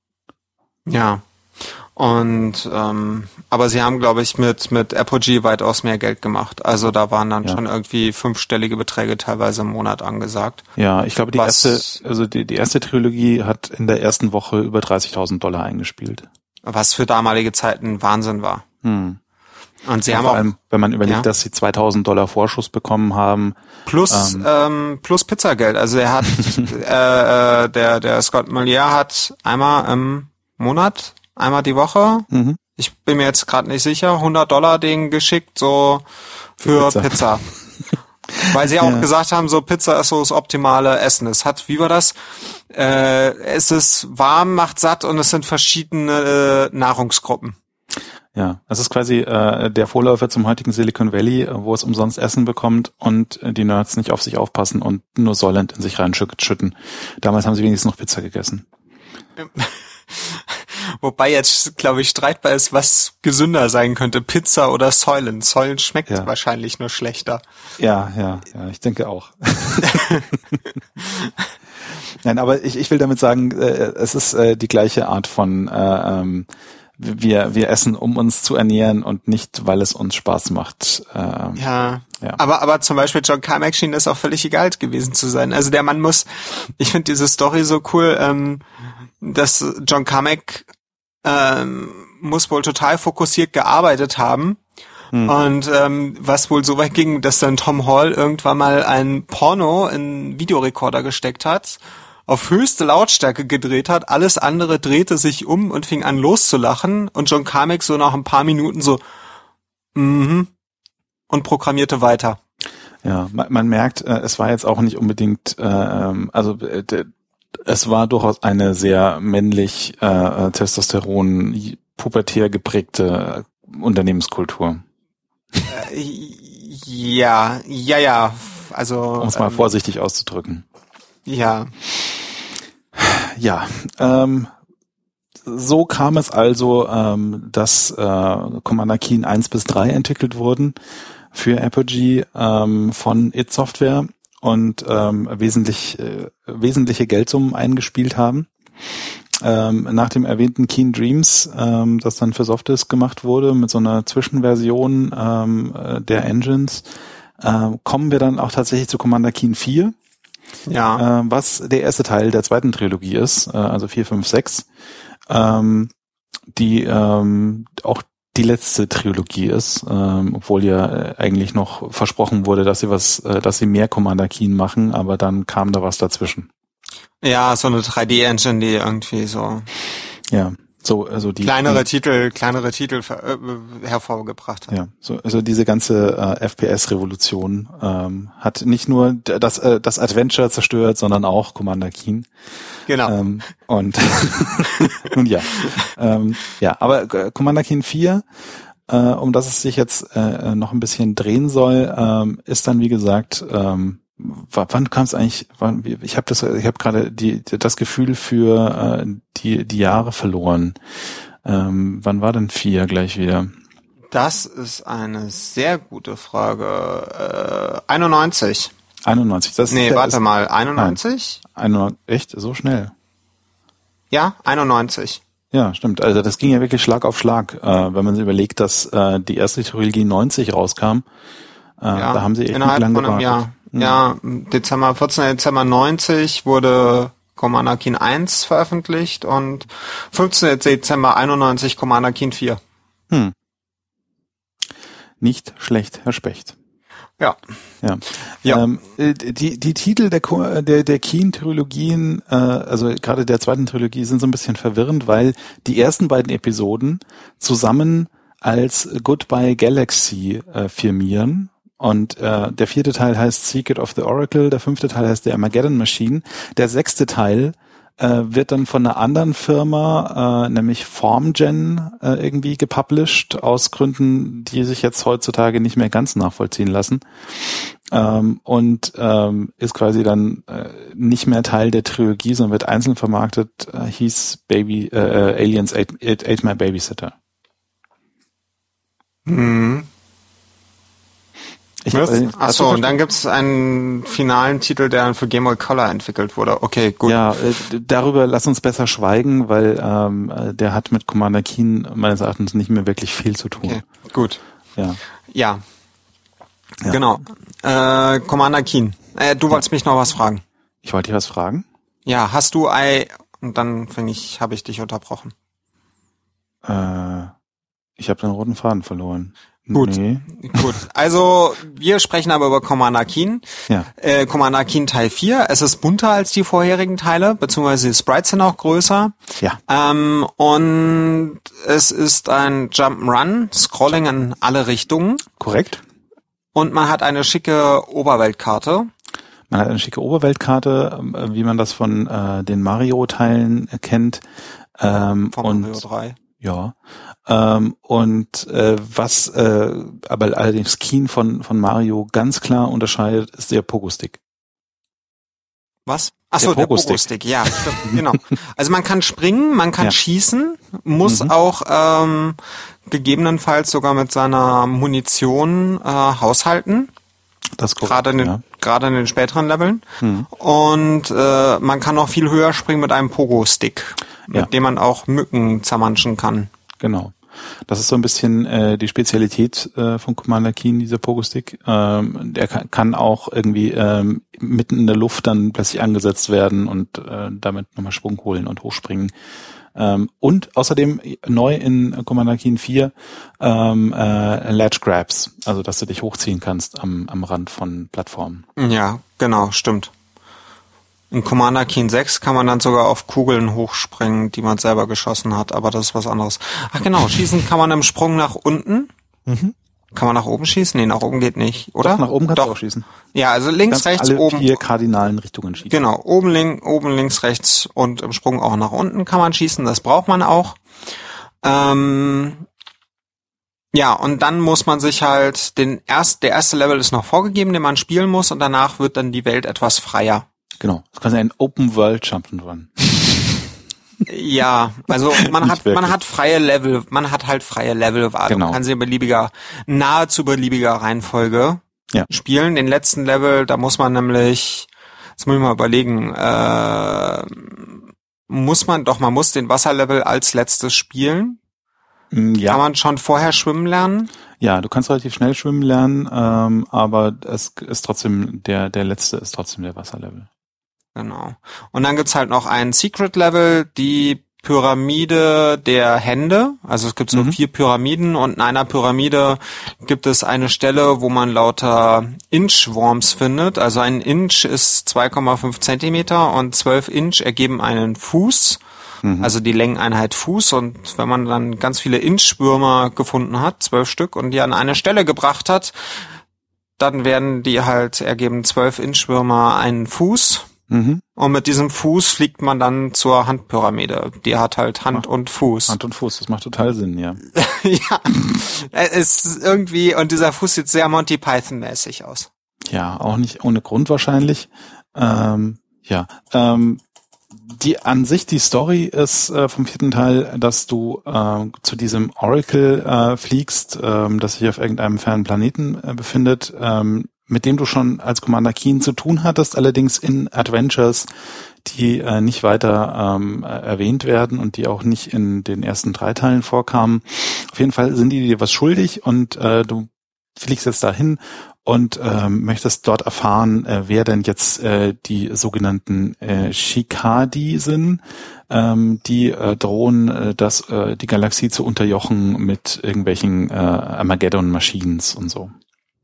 Ja. Und ähm, aber sie haben, glaube ich, mit mit Apogee weitaus mehr Geld gemacht. Also da waren dann ja. schon irgendwie fünfstellige Beträge teilweise im Monat angesagt. Ja, ich glaube, die Was, erste, also die, die erste Trilogie hat in der ersten Woche über dreißigtausend Dollar eingespielt. Was für damalige Zeiten Wahnsinn war. Hm. Und sie ja, haben vor auch, allem, wenn man überlegt, ja. dass sie zweitausend Dollar Vorschuss bekommen haben. Plus ähm, ähm, plus Pizzageld. Also er hat äh, der der Scott Molière hat einmal im Monat Einmal die Woche. Mhm. Ich bin mir jetzt gerade nicht sicher. hundert Dollar denen geschickt, so für Pizza. Pizza. Weil sie auch ja. gesagt haben, so Pizza ist so das optimale Essen. Es hat, wie war das? Äh, es ist warm, macht satt und es sind verschiedene äh, Nahrungsgruppen. Ja, es ist quasi äh, der Vorläufer zum heutigen Silicon Valley, wo es umsonst Essen bekommt und äh, die Nerds nicht auf sich aufpassen und nur Soylent in sich reinschütten. Damals haben sie wenigstens noch Pizza gegessen. Wobei jetzt, glaube ich, streitbar ist, was gesünder sein könnte, Pizza oder Soylent. Soylent schmeckt ja. wahrscheinlich nur schlechter. Ja, ja, ja, ich denke auch. Nein, aber ich, ich will damit sagen, äh, es ist äh, die gleiche Art von äh, ähm, wir wir essen, um uns zu ernähren und nicht, weil es uns Spaß macht. Ähm, ja. ja, aber aber zum Beispiel John Carmack schien das auch völlig egal gewesen zu sein. Also der Mann muss, ich finde diese Story so cool, ähm, dass John Carmack ähm, muss wohl total fokussiert gearbeitet haben. Hm. Und ähm, was wohl so weit ging, dass dann Tom Hall irgendwann mal ein Porno in einen Videorekorder gesteckt hat, auf höchste Lautstärke gedreht hat, alles andere drehte sich um und fing an loszulachen und John Carmack so nach ein paar Minuten so mhm und programmierte weiter. Ja, man, man merkt, äh, es war jetzt auch nicht unbedingt, äh, also äh, es war durchaus eine sehr männlich äh, Testosteron pubertär geprägte Unternehmenskultur. Äh, ja, ja, ja, also um es mal ähm, vorsichtig auszudrücken. Ja. Ja, ähm, so kam es also, ähm, dass äh, Commander Keen eins bis drei entwickelt wurden für Apogee ähm, von id Software und ähm, wesentlich äh, wesentliche Geldsummen eingespielt haben. Ähm, nach dem erwähnten Keen Dreams, ähm, das dann für Softisk gemacht wurde, mit so einer Zwischenversion ähm, der Engines, äh, kommen wir dann auch tatsächlich zu Commander Keen vier. Ja. Äh, was der erste Teil der zweiten Trilogie ist, äh, also vier, fünf, sechs, ähm, die ähm, auch die letzte Trilogie ist, ähm, obwohl ja äh, eigentlich noch versprochen wurde, dass sie was, äh, dass sie mehr Commander Keen machen, aber dann kam da was dazwischen. Ja, so eine drei D-Engine, die irgendwie so ja, so also die kleinere die, Titel, kleinere Titel äh, hervorgebracht hat. Ja, so also diese ganze äh, F P S-Revolution ähm, hat nicht nur das äh, das Adventure zerstört, sondern auch Commander Keen. Genau. Ähm, und nun ja, ähm, ja, aber äh, Commander Keen vier, äh, um das es sich jetzt äh, noch ein bisschen drehen soll, ähm, ist dann wie gesagt ähm, wann kam es eigentlich? Wann, ich habe das, ich habe gerade die das Gefühl für äh, die die Jahre verloren. Ähm, wann war denn vier gleich wieder? Das ist eine sehr gute Frage. Äh, einundneunzig. einundneunzig. Das nee, ist der, warte ist, mal. einundneunzig? Nein, einundneunzig. Echt? So schnell? Ja, einundneunzig. Ja, stimmt. Also das ging ja wirklich Schlag auf Schlag, äh, wenn man sich überlegt, dass äh, die erste Trilogie neunzig rauskam. Äh, ja, da haben sie echt innerhalb nicht lange von einem gewartet. Jahr. Ja, Dezember, vierzehnten Dezember neunzig wurde Commander Keen eins veröffentlicht und fünfzehnten Dezember einundneunzig Commander Keen vier. Hm. Nicht schlecht, Herr Specht. Ja. Ja. ja. Ähm, die, die Titel der, der, der Keen-Trilogien, äh, also gerade der zweiten Trilogie, sind so ein bisschen verwirrend, weil die ersten beiden Episoden zusammen als Goodbye Galaxy äh, firmieren. Und äh, der vierte Teil heißt Secret of the Oracle, der fünfte Teil heißt The Armageddon Machine. Der sechste Teil äh, wird dann von einer anderen Firma, äh, nämlich FormGen, äh, irgendwie gepublished, aus Gründen, die sich jetzt heutzutage nicht mehr ganz nachvollziehen lassen. Ähm, und ähm, ist quasi dann äh, nicht mehr Teil der Trilogie, sondern wird einzeln vermarktet, äh, hieß Baby äh, Aliens Ate, Ate, Ate My Babysitter. Mhm. Ich äh, Achso, und dann gibt's einen finalen Titel, der für Game Boy Color entwickelt wurde. Okay, gut. Ja, äh, darüber lass uns besser schweigen, weil ähm, der hat mit Commander Keen meines Erachtens nicht mehr wirklich viel zu tun. Okay, gut. Ja. Ja. ja. Genau. Äh, Commander Keen. Äh, du wolltest mich noch was fragen. Ich wollte dich was fragen? Ja, hast du I... Und dann fing ich, habe ich dich unterbrochen. Äh, ich habe den roten Faden verloren. Gut, nee. gut. Also wir sprechen aber über Commander Keen. Ja. Äh, Commander Keen Teil vier. Es ist bunter als die vorherigen Teile, beziehungsweise die Sprites sind auch größer. Ja. Ähm, und es ist ein Jump'n'Run, Scrolling in alle Richtungen. Korrekt. Und man hat eine schicke Oberweltkarte. Man hat eine schicke Oberweltkarte, wie man das von äh, den Mario-Teilen kennt. Ähm, von und Mario drei. Ja, ähm, und äh, was äh, aber allerdings Keen von von Mario ganz klar unterscheidet, ist der Pogo-Stick. Was? Achso, der Pogo-Stick, Pogo-Stick. Ja, stimmt, genau. Also man kann springen, man kann ja. schießen, muss mhm. auch ähm, gegebenenfalls sogar mit seiner Munition äh, haushalten. Das ist korrekt, gerade in den, ja. gerade in den späteren Leveln. Mhm. Und äh, man kann noch viel höher springen mit einem Pogo-Stick, mit ja. dem man auch Mücken zermanschen kann. Genau. Das ist so ein bisschen äh, die Spezialität äh, von Commander Keen, dieser Pogo-Stick. Ähm, der kann, kann auch irgendwie ähm, mitten in der Luft dann plötzlich angesetzt werden und äh, damit nochmal Schwung holen und hochspringen. Ähm, und außerdem neu in Commander Keen vier ähm, äh, Ledge Grabs, also dass du dich hochziehen kannst am, am Rand von Plattformen. Ja, genau, stimmt. In Commander Keen sechs kann man dann sogar auf Kugeln hochspringen, die man selber geschossen hat, aber das ist was anderes. Ach genau, schießen kann man im Sprung nach unten. Mhm. Kann man nach oben schießen? Nee, nach oben geht nicht, oder? Doch, nach oben kannst Doch. du auch schießen. Ja, also links, kannst rechts, alle oben. vier kardinalen Richtungen schießen. Genau, oben, link, oben, links, rechts und im Sprung auch nach unten kann man schießen, das braucht man auch. Ähm, ja, und dann muss man sich halt, den erst, der erste Level ist noch vorgegeben, den man spielen muss und danach wird dann die Welt etwas freier. Genau, das kann ein Open World Jump'n'Run. Ja, also man hat man hat freie Level, man hat halt freie Levelwahl. Genau. Man kann sie in beliebiger, nahezu beliebiger Reihenfolge ja. spielen. Den letzten Level, da muss man nämlich, jetzt muss ich mal überlegen, äh, muss man doch, man muss den Wasserlevel als letztes spielen. Ja. Kann man schon vorher schwimmen lernen? Ja, du kannst relativ schnell schwimmen lernen, ähm, aber es ist trotzdem, der der letzte ist trotzdem der Wasserlevel. Genau. Und dann gibt's halt noch ein Secret Level, die Pyramide der Hände. Also es gibt so mhm. vier Pyramiden und in einer Pyramide gibt es eine Stelle, wo man lauter Inchworms findet. Also ein Inch ist zwei Komma fünf Zentimeter und zwölf Inch ergeben einen Fuß. Mhm. Also die Längeneinheit Fuß. Und wenn man dann ganz viele Inchwürmer gefunden hat, zwölf Stück, und die an eine Stelle gebracht hat, dann werden die halt, ergeben zwölf Inchwürmer einen Fuß. Mhm. Und mit diesem Fuß fliegt man dann zur Handpyramide. Die hat halt Hand und Fuß. Hand und Fuß, das macht total Sinn, ja. Ja, es ist irgendwie, und dieser Fuß sieht sehr Monty Python-mäßig aus. Ja, auch nicht ohne Grund wahrscheinlich. Ähm, ja, ähm, die an sich, die Story ist äh, vom vierten Teil, dass du äh, zu diesem Oracle äh, fliegst, äh, das sich auf irgendeinem fernen Planeten äh, befindet, ähm, mit dem du schon als Commander Keen zu tun hattest, allerdings in Adventures, die äh, nicht weiter ähm, erwähnt werden und die auch nicht in den ersten drei Teilen vorkamen. Auf jeden Fall sind die dir was schuldig und äh, du fliegst jetzt dahin und ähm, möchtest dort erfahren, äh, wer denn jetzt äh, die sogenannten äh, Shikadi sind, ähm, die äh, drohen, äh, das, äh, die Galaxie zu unterjochen mit irgendwelchen äh, Armageddon-Machines und so.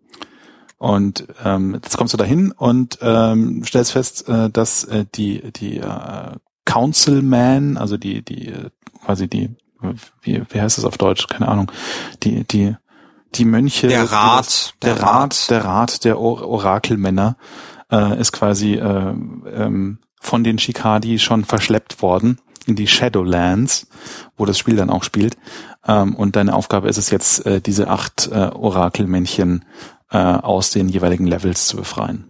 Und ähm, jetzt kommst du dahin und ähm, stellst fest, äh, dass äh, die die äh, Councilman, also die die quasi die wie wie heißt das auf Deutsch? Keine Ahnung. Die die die Mönche. Der Rat, das, der, der Rat, Rat, der Rat der Or- Orakelmänner äh, ist quasi äh, ähm, von den Shikadi schon verschleppt worden in die Shadowlands, wo das Spiel dann auch spielt. Ähm, und deine Aufgabe ist es jetzt, äh, diese acht äh, Orakelmännchen aus den jeweiligen Levels zu befreien.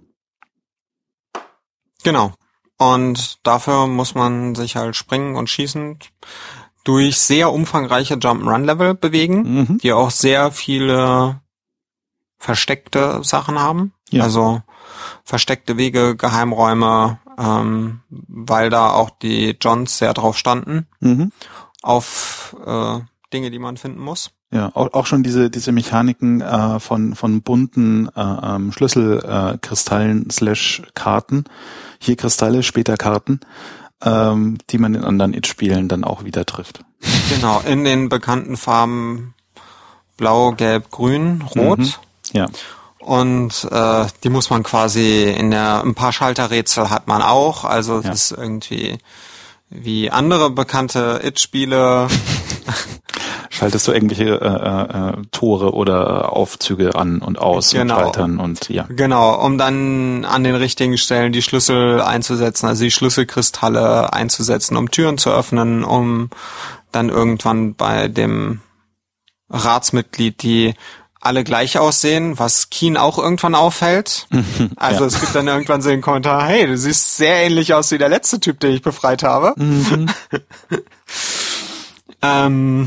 Genau. Und dafür muss man sich halt springen und schießen durch sehr umfangreiche Jump'n'Run-Level bewegen, mhm. die auch sehr viele versteckte Sachen haben. Ja. Also versteckte Wege, Geheimräume, ähm, weil da auch die Johns sehr drauf standen, mhm. auf äh, Dinge, die man finden muss. Ja, auch, auch schon diese diese Mechaniken äh, von von bunten äh, ähm, Schlüsselkristallen äh, slash Karten, hier Kristalle, später Karten, ähm, die man in anderen It-Spielen dann auch wieder trifft. Genau, in den bekannten Farben Blau, Gelb, Grün, Rot. Mhm. Ja. Und äh, die muss man quasi in der, ein paar Schalterrätsel hat man auch, also es ja. ist irgendwie wie andere bekannte It-Spiele. Schaltest du irgendwelche äh, äh, Tore oder Aufzüge an und aus genau. und Schaltern und ja. Genau, um dann an den richtigen Stellen die Schlüssel einzusetzen, also die Schlüsselkristalle einzusetzen, um Türen zu öffnen, um dann irgendwann bei dem Ratsmitglied, die alle gleich aussehen, was Keen auch irgendwann auffällt. Also ja. es gibt dann irgendwann so den Kommentar, hey, du siehst sehr ähnlich aus wie der letzte Typ, den ich befreit habe. Mhm. ähm,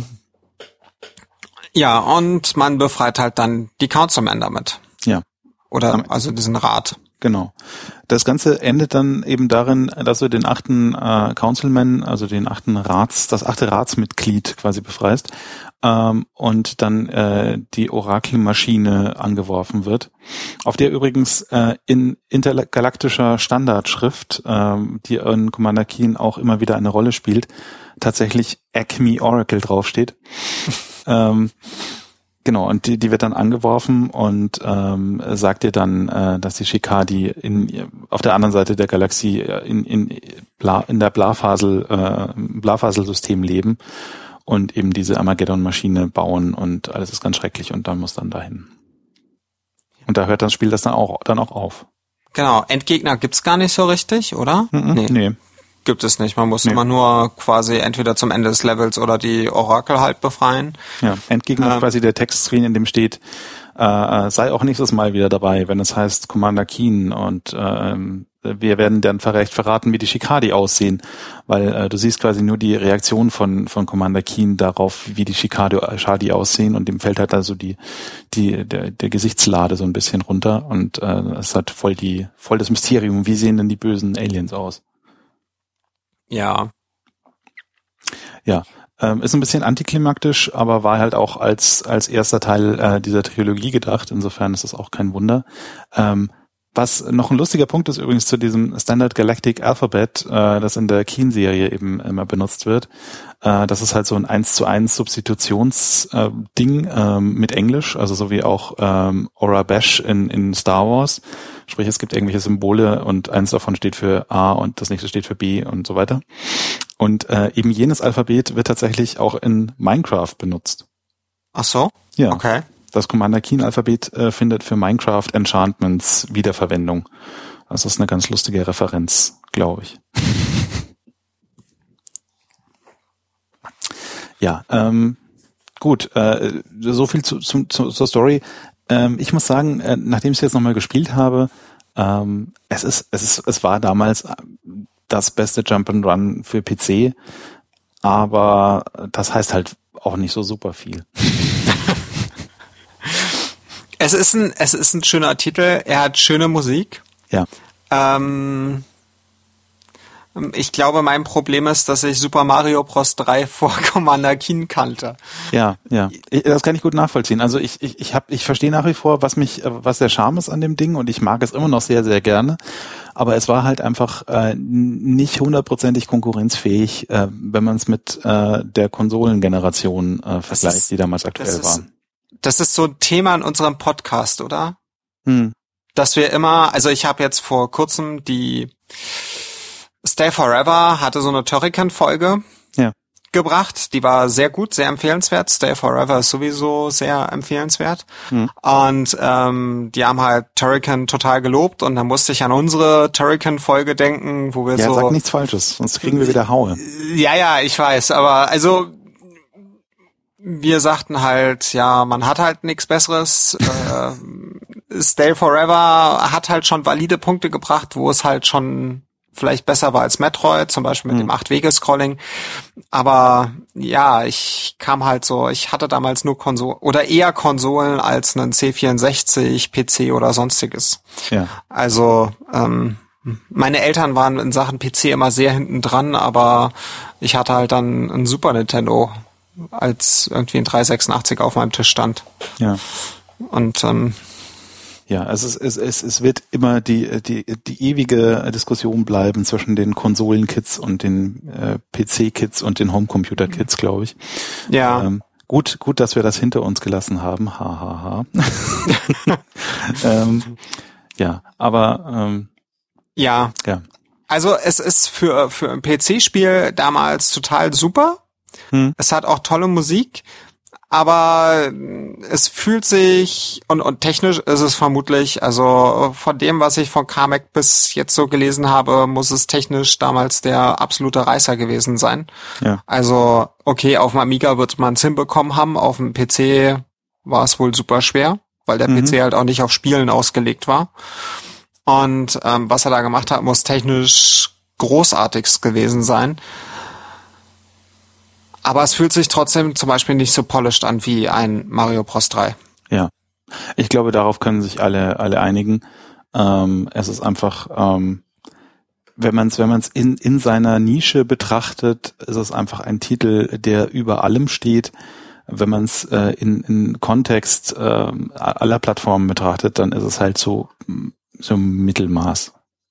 ja, und man befreit halt dann die Councilmen damit. Ja. Oder also diesen Rat. Genau. Das Ganze endet dann eben darin, dass du den achten äh, Councilman, also den achten Rats, das achte Ratsmitglied quasi befreist ähm, und dann äh, die Orakelmaschine angeworfen wird, auf der übrigens äh, in intergalaktischer Standardschrift, äh, die in Commander Keen auch immer wieder eine Rolle spielt, tatsächlich Acme Oracle draufsteht. ähm, Genau, und die, die wird dann angeworfen und ähm, sagt dir dann, äh, dass die Shikadi in auf der anderen Seite der Galaxie in in Bla, in der Blafasel äh, Blafaselsystem leben und eben diese Armageddon-Maschine bauen und alles ist ganz schrecklich und dann muss dann dahin. Und da hört das Spiel das dann auch dann auch auf. Genau, Endgegner gibt's gar nicht so richtig, oder? Mhm, nee. nee. Gibt es nicht. Man muss nee. immer nur quasi entweder zum Ende des Levels oder die Orakel halt befreien. Ja, Endgegner ähm, ist quasi der Textscreen, in dem steht, äh, sei auch nächstes Mal wieder dabei, wenn es heißt Commander Keen und äh, wir werden dann vielleicht verraten, wie die Shikadi aussehen, weil äh, du siehst quasi nur die Reaktion von von Commander Keen darauf, wie die Shikadi aussehen und dem fällt halt also die die der, der Gesichtslade so ein bisschen runter und äh, es hat voll die voll das Mysterium, wie sehen denn die bösen Aliens aus? Ja. Ja, ähm, ist ein bisschen antiklimaktisch, aber war halt auch als als erster Teil äh, dieser Trilogie gedacht. Insofern ist das auch kein Wunder. Ähm, was noch ein lustiger Punkt ist übrigens zu diesem Standard Galactic Alphabet, äh, das in der Keen-Serie eben immer benutzt wird. Äh, das ist halt so ein eins zu eins Substitutionsding äh, ähm, mit Englisch, also so wie auch ähm, Ora-Bash in, in Star Wars. Sprich, es gibt irgendwelche Symbole und eins davon steht für A und das nächste steht für B und so weiter. Und äh, eben jenes Alphabet wird tatsächlich auch in Minecraft benutzt. Ach so? Ja. Okay. Das Commander Keen Alphabet äh, findet für Minecraft Enchantments Wiederverwendung. Das ist eine ganz lustige Referenz, glaube ich. ja, ähm, gut. Äh, so viel zu, zu, zu, zur Story. Ähm, ich muss sagen, äh, nachdem ich es jetzt nochmal gespielt habe, ähm, es ist, es ist, es war damals das beste Jump'n'Run für P C, aber das heißt halt auch nicht so super viel. Es ist ein, es ist ein schöner Titel. Er hat schöne Musik. Ja. Ähm, ich glaube, mein Problem ist, dass ich Super Mario Bros. drei vor Commander Keen kannte. Ja, ja. Ich, das kann ich gut nachvollziehen. Also ich, ich, ich habe, ich verstehe nach wie vor, was mich, was der Charme ist an dem Ding und ich mag es immer noch sehr, sehr gerne. Aber es war halt einfach äh, nicht hundertprozentig konkurrenzfähig, äh, wenn man es mit äh, der Konsolengeneration äh, vergleicht, ist, die damals aktuell waren. Das ist so ein Thema in unserem Podcast, oder? Hm. Dass wir immer, also ich habe jetzt vor kurzem die Stay Forever hatte so eine Turrican-Folge ja. gebracht. Die war sehr gut, sehr empfehlenswert. Stay Forever ist sowieso sehr empfehlenswert. Hm. Und ähm, die haben halt Turrican total gelobt und dann musste ich an unsere Turrican-Folge denken, wo wir ja, so... Ja, sag nichts Falsches, sonst kriegen wir wieder Haue. Ja, ja, ich weiß, aber also... Wir sagten halt, ja, man hat halt nichts Besseres. äh, Stay Forever hat halt schon valide Punkte gebracht, wo es halt schon vielleicht besser war als Metroid, zum Beispiel mit mhm. dem acht-Wege-Scrolling. Aber ja, ich kam halt so, ich hatte damals nur Konsolen oder eher Konsolen als einen C vierundsechzig, P C oder sonstiges. Ja. Also ähm, meine Eltern waren in Sachen P C immer sehr hinten dran, aber ich hatte halt dann ein Super Nintendo, als irgendwie ein dreihundertsechsundachtzig auf meinem Tisch stand. Ja. Und ähm, ja, also es, es, es, es wird immer die, die, die ewige Diskussion bleiben zwischen den Konsolen-Kids und den äh, P C-Kids und den Homecomputer-Kids, glaube ich. Ja. Ähm, gut, gut, dass wir das hinter uns gelassen haben. Ha, ha, ha. ähm, ja, aber ähm, ja. ja. Also es ist für für ein P C-Spiel damals total super. Hm. Es hat auch tolle Musik, aber es fühlt sich und und technisch ist es vermutlich, also von dem, was ich von Carmack bis jetzt so gelesen habe, muss es technisch damals der absolute Reißer gewesen sein. Ja. Also okay, auf dem Amiga wird man es hinbekommen haben, auf dem P C war es wohl super schwer, weil der mhm. P C halt auch nicht auf Spielen ausgelegt war. Und ähm, was er da gemacht hat, muss technisch großartigst gewesen sein. Aber es fühlt sich trotzdem zum Beispiel nicht so polished an wie ein Mario Bros. drei. Ja, ich glaube, darauf können sich alle alle einigen. Ähm, es ist einfach, ähm, wenn man es wenn man es in in seiner Nische betrachtet, ist es einfach ein Titel, der über allem steht. Wenn man es äh, in in Kontext äh, aller Plattformen betrachtet, dann ist es halt so so Mittelmaß.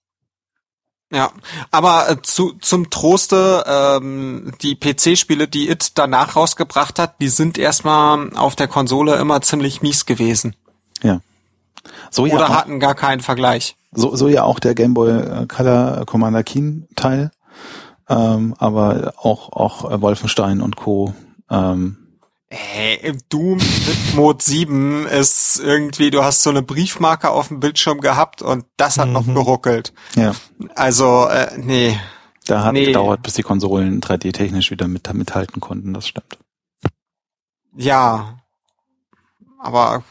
Ja, aber äh, zu, zum Troste, ähm, die P C-Spiele, die It danach rausgebracht hat, die sind erstmal auf der Konsole immer ziemlich mies gewesen. Ja. So ja Oder auch, hatten gar keinen Vergleich. So, so ja auch der Game Boy Color Commander Keen Teil, ähm, aber auch auch Wolfenstein und Co. Ähm, Hey, Doom mit Mode sieben ist irgendwie, du hast so eine Briefmarke auf dem Bildschirm gehabt und das hat mhm. noch geruckelt. Ja. Also, äh, nee. Da hat nee. gedauert, bis die Konsolen drei D-technisch wieder mit, mithalten konnten, das stimmt. Ja. Aber,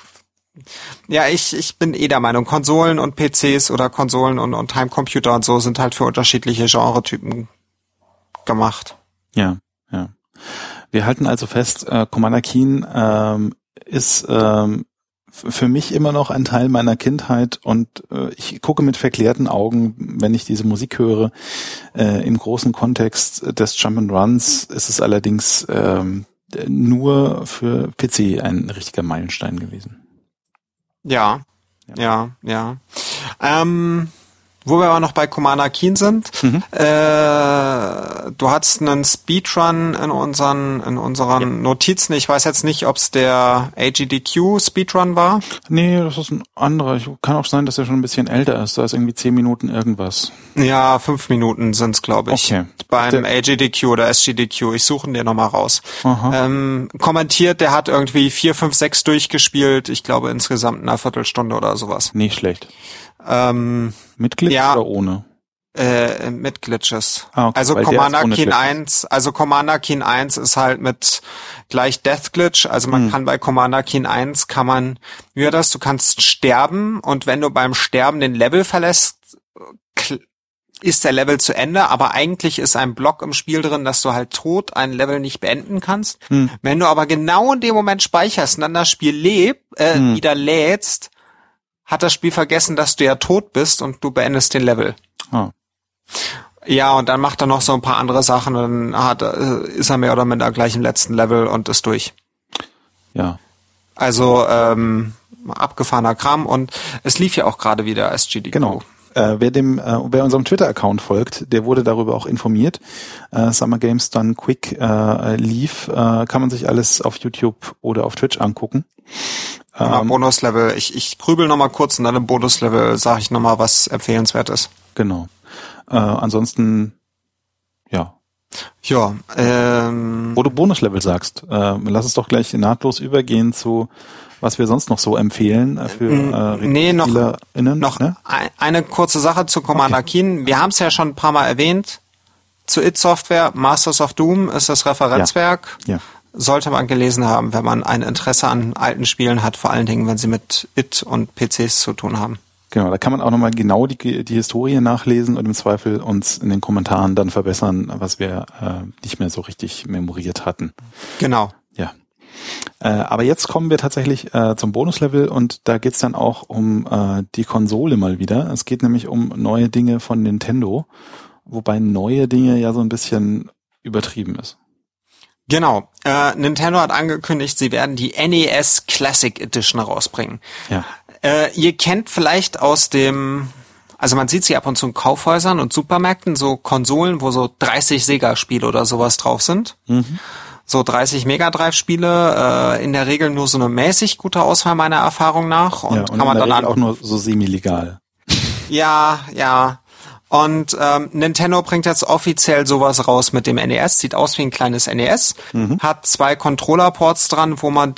ja, ich, ich bin eh der Meinung, Konsolen und P Cs oder Konsolen und, und Heimcomputer und so sind halt für unterschiedliche Genretypen gemacht. Ja, ja. Wir halten also fest, äh, Commander Keen ähm, ist ähm, f- für mich immer noch ein Teil meiner Kindheit und äh, ich gucke mit verklärten Augen, wenn ich diese Musik höre. Äh, im großen Kontext des Jump'n'Runs ist es allerdings ähm, nur für P C ein richtiger Meilenstein gewesen. Ja, ja, ja. ja. Ähm... Wo wir aber noch bei Commander Keen sind, mhm. äh, du hattest einen Speedrun in unseren in unseren ja. Notizen. Ich weiß jetzt nicht, ob es der A G D Q Speedrun war. Nee, das ist ein anderer. Ich, kann auch sein, dass er schon ein bisschen älter ist. Da ist irgendwie zehn Minuten irgendwas. Ja, fünf Minuten sind's, glaube ich. Okay. Beim der A G D Q oder S G D Q. Ich suche ihn dir nochmal raus. Ähm, kommentiert, der hat irgendwie vier, fünf, sechs durchgespielt. Ich glaube insgesamt in einer Viertelstunde oder sowas. Nicht schlecht. Ähm, mit Glitch ja, oder ohne? Äh, mit Glitches. Ah, okay, also Commander Keen eins, also Commander Keen eins ist halt mit gleich Death Glitch, also man hm. kann bei Commander Keen eins kann man, wie war das, du kannst sterben und wenn du beim Sterben den Level verlässt, ist der Level zu Ende, aber eigentlich ist ein Block im Spiel drin, dass du halt tot ein Level nicht beenden kannst. Hm. Wenn du aber genau in dem Moment speicherst und dann das Spiel lebt, äh, hm. wieder lädst, hat das Spiel vergessen, dass du ja tot bist und du beendest den Level. Oh. Ja, und dann macht er noch so ein paar andere Sachen und dann hat, ist er mehr oder minder gleich im letzten Level und ist durch. Ja. Also ähm, abgefahrener Kram und es lief ja auch gerade wieder S G D Q. Genau. Äh, wer dem, äh, wer unserem Twitter-Account folgt, der wurde darüber auch informiert. Äh, Summer Games Done Quick äh, lief, äh, kann man sich alles auf YouTube oder auf Twitch angucken. Ähm, Bonuslevel. Ich, ich grübel nochmal kurz und dann im Bonuslevel sage ich nochmal, was empfehlenswert ist. Genau. Äh, ansonsten, ja. Ja, ähm. Wo du Bonuslevel sagst, äh, lass uns doch gleich nahtlos übergehen zu, was wir sonst noch so empfehlen äh, für äh, nee, noch, SpielerInnen. noch ne? ein, eine kurze Sache zu Commander okay. Keen. Wir haben es ja schon ein paar Mal erwähnt. Zu Id Software, Masters of Doom ist das Referenzwerk. Ja. ja. Sollte man gelesen haben, wenn man ein Interesse an alten Spielen hat, vor allen Dingen, wenn sie mit It und P Cs zu tun haben. Genau, da kann man auch nochmal genau die, die Historie nachlesen und im Zweifel uns in den Kommentaren dann verbessern, was wir äh, nicht mehr so richtig memoriert hatten. Genau. Ja. Äh, aber jetzt kommen wir tatsächlich äh, zum Bonuslevel und da geht's dann auch um äh, die Konsole mal wieder. Es geht nämlich um neue Dinge von Nintendo, wobei neue Dinge ja so ein bisschen übertrieben ist. Genau. Äh, Nintendo hat angekündigt, sie werden die N E S Classic Edition rausbringen. Ja. Äh, ihr kennt vielleicht aus dem, also man sieht sie ab und zu in Kaufhäusern und Supermärkten, so Konsolen, wo so dreißig Sega-Spiele oder sowas drauf sind. Mhm. So dreißig Mega Drive-Spiele, äh, in der Regel nur so eine mäßig gute Auswahl meiner Erfahrung nach. Und, ja, und kann man in der dann Regel auch nur so semi-legal. Ja, ja. Und ähm, Nintendo bringt jetzt offiziell sowas raus mit dem N E S. Sieht aus wie ein kleines N E S. Mhm. Hat zwei Controller-Ports dran, wo man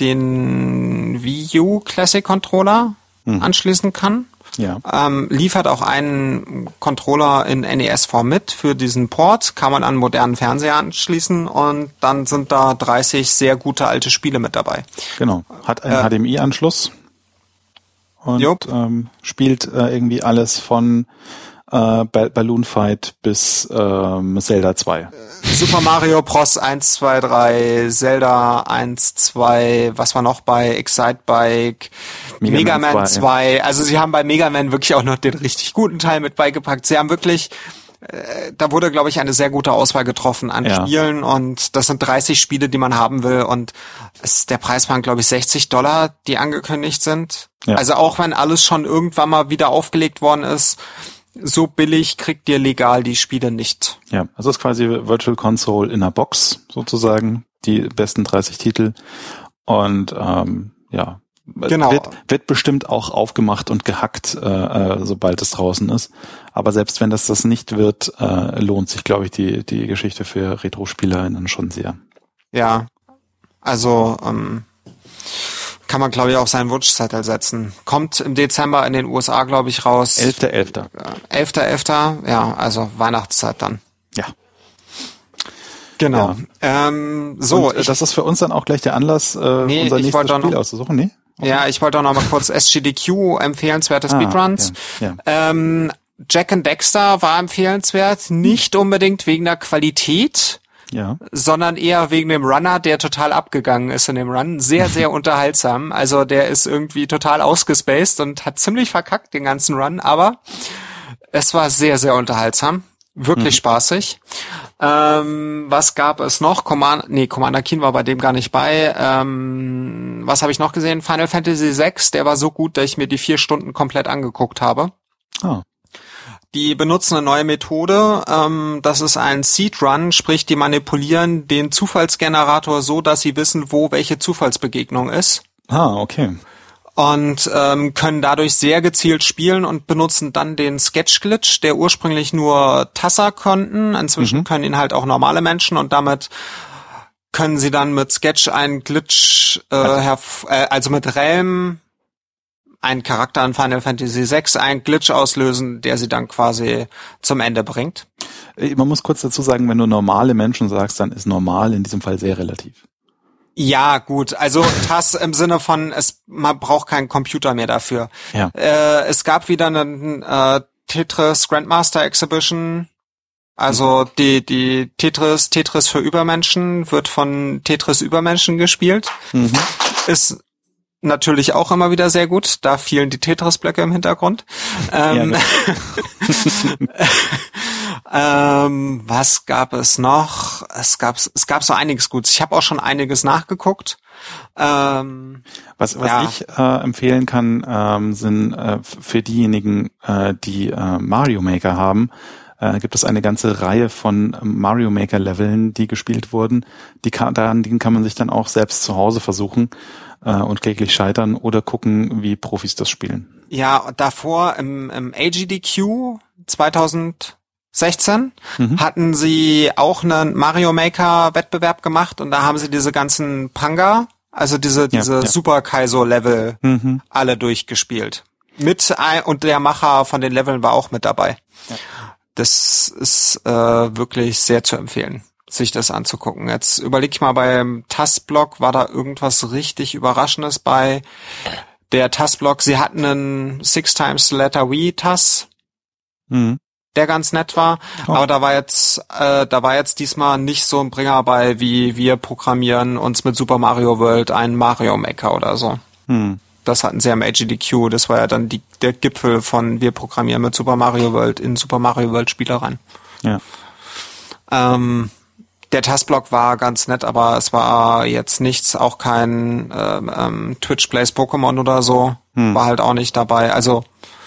den Wii U Classic Controller mhm. anschließen kann. Ja. Ähm, liefert auch einen Controller in N E S-Form mit für diesen Port. Kann man an einen modernen Fernseher anschließen und dann sind da dreißig sehr gute alte Spiele mit dabei. Genau. Hat einen äh, H D M I-Anschluss und ähm, spielt äh, irgendwie alles von Uh, Balloon Fight bis ähm, Zelda zwei. Super Mario Bros. eins, zwei, drei, Zelda eins, zwei, was war noch bei Excitebike, Mega, Mega Man, Man zwei. Also sie haben bei Mega Man wirklich auch noch den richtig guten Teil mit beigepackt. Sie haben wirklich, äh, da wurde, glaube ich, eine sehr gute Auswahl getroffen an ja. Spielen und das sind dreißig Spiele, die man haben will und es, der Preis waren, glaube ich, sechzig Dollar, die angekündigt sind. Ja. Also auch wenn alles schon irgendwann mal wieder aufgelegt worden ist, so billig kriegt ihr legal die Spiele nicht. Ja, also es ist quasi Virtual Console in einer Box sozusagen, die besten dreißig Titel und ähm, ja, genau. wird, wird bestimmt auch aufgemacht und gehackt, äh, sobald es draußen ist. Aber selbst wenn das das nicht wird, äh, lohnt sich, glaube ich, die die Geschichte für Retro-SpielerInnen schon sehr. Ja, also ähm, kann man, glaube ich, auf seinen Wunschzettel setzen. Kommt im Dezember in den U S A, glaube ich, raus. elfter elfter elfter elfter Ja, also Weihnachtszeit dann. Ja. Genau. Ja. Ähm, so. Und, ich, das ist für uns dann auch gleich der Anlass, äh, nee, unser nächstes Spiel noch, auszusuchen, nee? Okay. Ja, ich wollte auch noch mal kurz S G D Q, empfehlenswerte ah, Speedruns. Ja, ja. Ähm, Jack and Dexter war empfehlenswert, nicht unbedingt wegen der Qualität, ja, sondern eher wegen dem Runner, der total abgegangen ist in dem Run. Sehr, sehr unterhaltsam. Also der ist irgendwie total ausgespaced und hat ziemlich verkackt den ganzen Run, aber es war sehr, sehr unterhaltsam. Wirklich mhm. spaßig. Ähm, was gab es noch? Command- nee, Commander Keen war bei dem gar nicht bei. Ähm, was habe ich noch gesehen? Final Fantasy sechs, der war so gut, dass ich mir die vier Stunden komplett angeguckt habe. Oh. Die benutzen eine neue Methode. Ähm, das ist ein Seed Run, sprich, die manipulieren den Zufallsgenerator so, dass sie wissen, wo welche Zufallsbegegnung ist. Ah, okay. Und ähm, können dadurch sehr gezielt spielen und benutzen dann den Sketch-Glitch, der ursprünglich nur Tasser konnten. Inzwischen mhm. können ihn halt auch normale Menschen und damit können sie dann mit Sketch einen Glitch, äh, herv- äh, also mit Realm, einen Charakter in Final Fantasy sechs, einen Glitch auslösen, der sie dann quasi zum Ende bringt. Man muss kurz dazu sagen, wenn du normale Menschen sagst, dann ist normal in diesem Fall sehr relativ. Ja, gut. Also T A S im Sinne von, es man braucht keinen Computer mehr dafür. Ja. Äh, es gab wieder einen äh, Tetris Grandmaster Exhibition. Also mhm. die die Tetris Tetris für Übermenschen wird von Tetris Übermenschen gespielt. Mhm. Ist natürlich auch immer wieder sehr gut. Da fielen die Tetris-Blöcke im Hintergrund. Ähm, ja, ähm, was gab es noch? Es gab es gab so einiges Gutes. Ich habe auch schon einiges nachgeguckt. Ähm, was was ja. ich äh, empfehlen kann, ähm, sind äh, für diejenigen, äh, die äh, Mario Maker haben, äh, gibt es eine ganze Reihe von Mario Maker Leveln, die gespielt wurden. Die kann, daran denen kann man sich dann auch selbst zu Hause versuchen äh, und kläglich scheitern oder gucken, wie Profis das spielen. Ja, davor im, im A G D Q zweitausendsechzehn mhm. hatten sie auch einen Mario Maker Wettbewerb gemacht und da haben sie diese ganzen Panga, also diese diese ja, ja. Super Kaizo Level mhm. alle durchgespielt. Mit ein, und der Macher von den Leveln war auch mit dabei. Ja. Das ist äh, wirklich sehr zu empfehlen, sich das anzugucken. Jetzt überleg ich mal, beim T A S-Block war da irgendwas richtig Überraschendes bei. Der T A S-Block, sie hatten einen Six Times Letter V T A S, mhm. der ganz nett war, oh. aber da war jetzt äh, da war jetzt diesmal nicht so ein Bringer bei, wie wir programmieren uns mit Super Mario World einen Mario Maker oder so. Mhm. Das hatten sie am A G D Q, das war ja dann die, der Gipfel von wir programmieren mit Super Mario World in Super Mario World Spiele rein. Ja. Ähm, der T A S-Block war ganz nett, aber es war jetzt nichts, auch kein ähm, ähm, Twitch Plays Pokémon oder so, hm. war halt auch nicht dabei. Also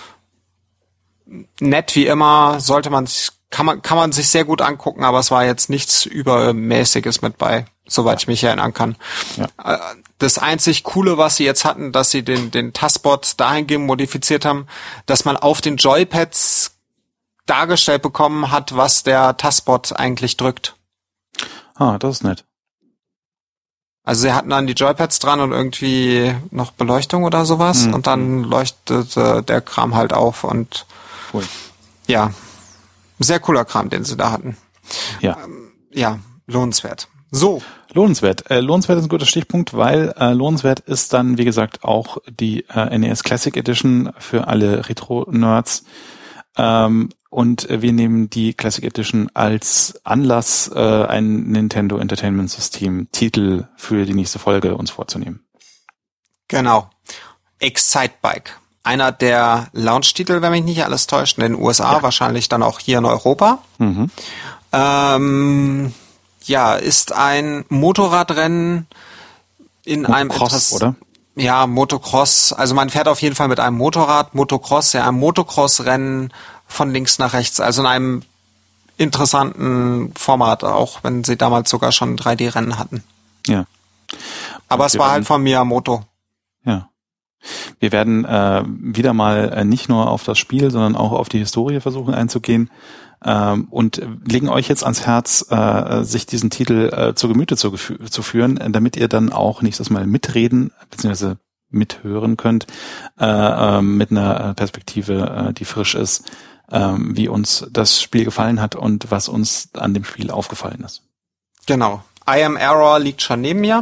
nett wie immer, sollte man kann man kann man sich sehr gut angucken, aber es war jetzt nichts Übermäßiges mit bei, soweit ich mich erinnern kann. Ja. Das einzig Coole, was sie jetzt hatten, dass sie den den T A S-Bot dahingehend modifiziert haben, dass man auf den Joypads dargestellt bekommen hat, was der T A S-Bot eigentlich drückt. Ah, das ist nett. Also sie hatten dann die Joypads dran und irgendwie noch Beleuchtung oder sowas mhm. und dann leuchtete der Kram halt auf und cool. Ja, sehr cooler Kram, den sie da hatten. Ja, ähm, ja, lohnenswert. So. Lohnenswert. Äh, lohnenswert ist ein guter Stichpunkt, weil äh, lohnenswert ist dann, wie gesagt, auch die äh, N E S Classic Edition für alle Retro-Nerds. Ähm, und wir nehmen die Classic Edition als Anlass, äh, ein Nintendo Entertainment System Titel für die nächste Folge uns vorzunehmen. Genau. Excitebike. Einer der Launch-Titel, wenn mich nicht alles täuscht, in den U S A, ja. Wahrscheinlich dann auch hier in Europa. Mhm. Ähm, ja, ist ein Motorradrennen in Motocross, einem etwas, oder? Ja, Motocross. Also man fährt auf jeden Fall mit einem Motorrad, Motocross, ja, ein Motocross-Rennen von links nach rechts, also in einem interessanten Format, auch wenn sie damals sogar schon drei D Rennen hatten. Ja. Aber es war halt von Miyamoto. Ja. Wir werden äh, wieder mal äh, nicht nur auf das Spiel, sondern auch auf die Historie versuchen einzugehen ähm, und legen euch jetzt ans Herz, äh, sich diesen Titel äh, zu Gemüte zu, zu führen, damit ihr dann auch nächstes Mal mitreden bzw. mithören könnt äh, äh, mit einer Perspektive, äh, die frisch ist, äh, wie uns das Spiel gefallen hat und was uns an dem Spiel aufgefallen ist. Genau. I Am Error liegt schon neben mir.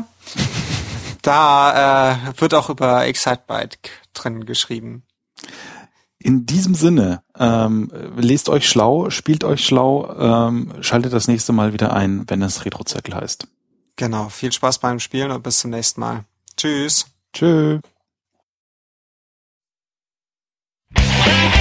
Da äh, wird auch über Excitebike drin geschrieben. In diesem Sinne, ähm, lest euch schlau, spielt euch schlau, ähm, schaltet das nächste Mal wieder ein, wenn es Retrozirkel heißt. Genau, viel Spaß beim Spielen und bis zum nächsten Mal. Tschüss. Tschüss.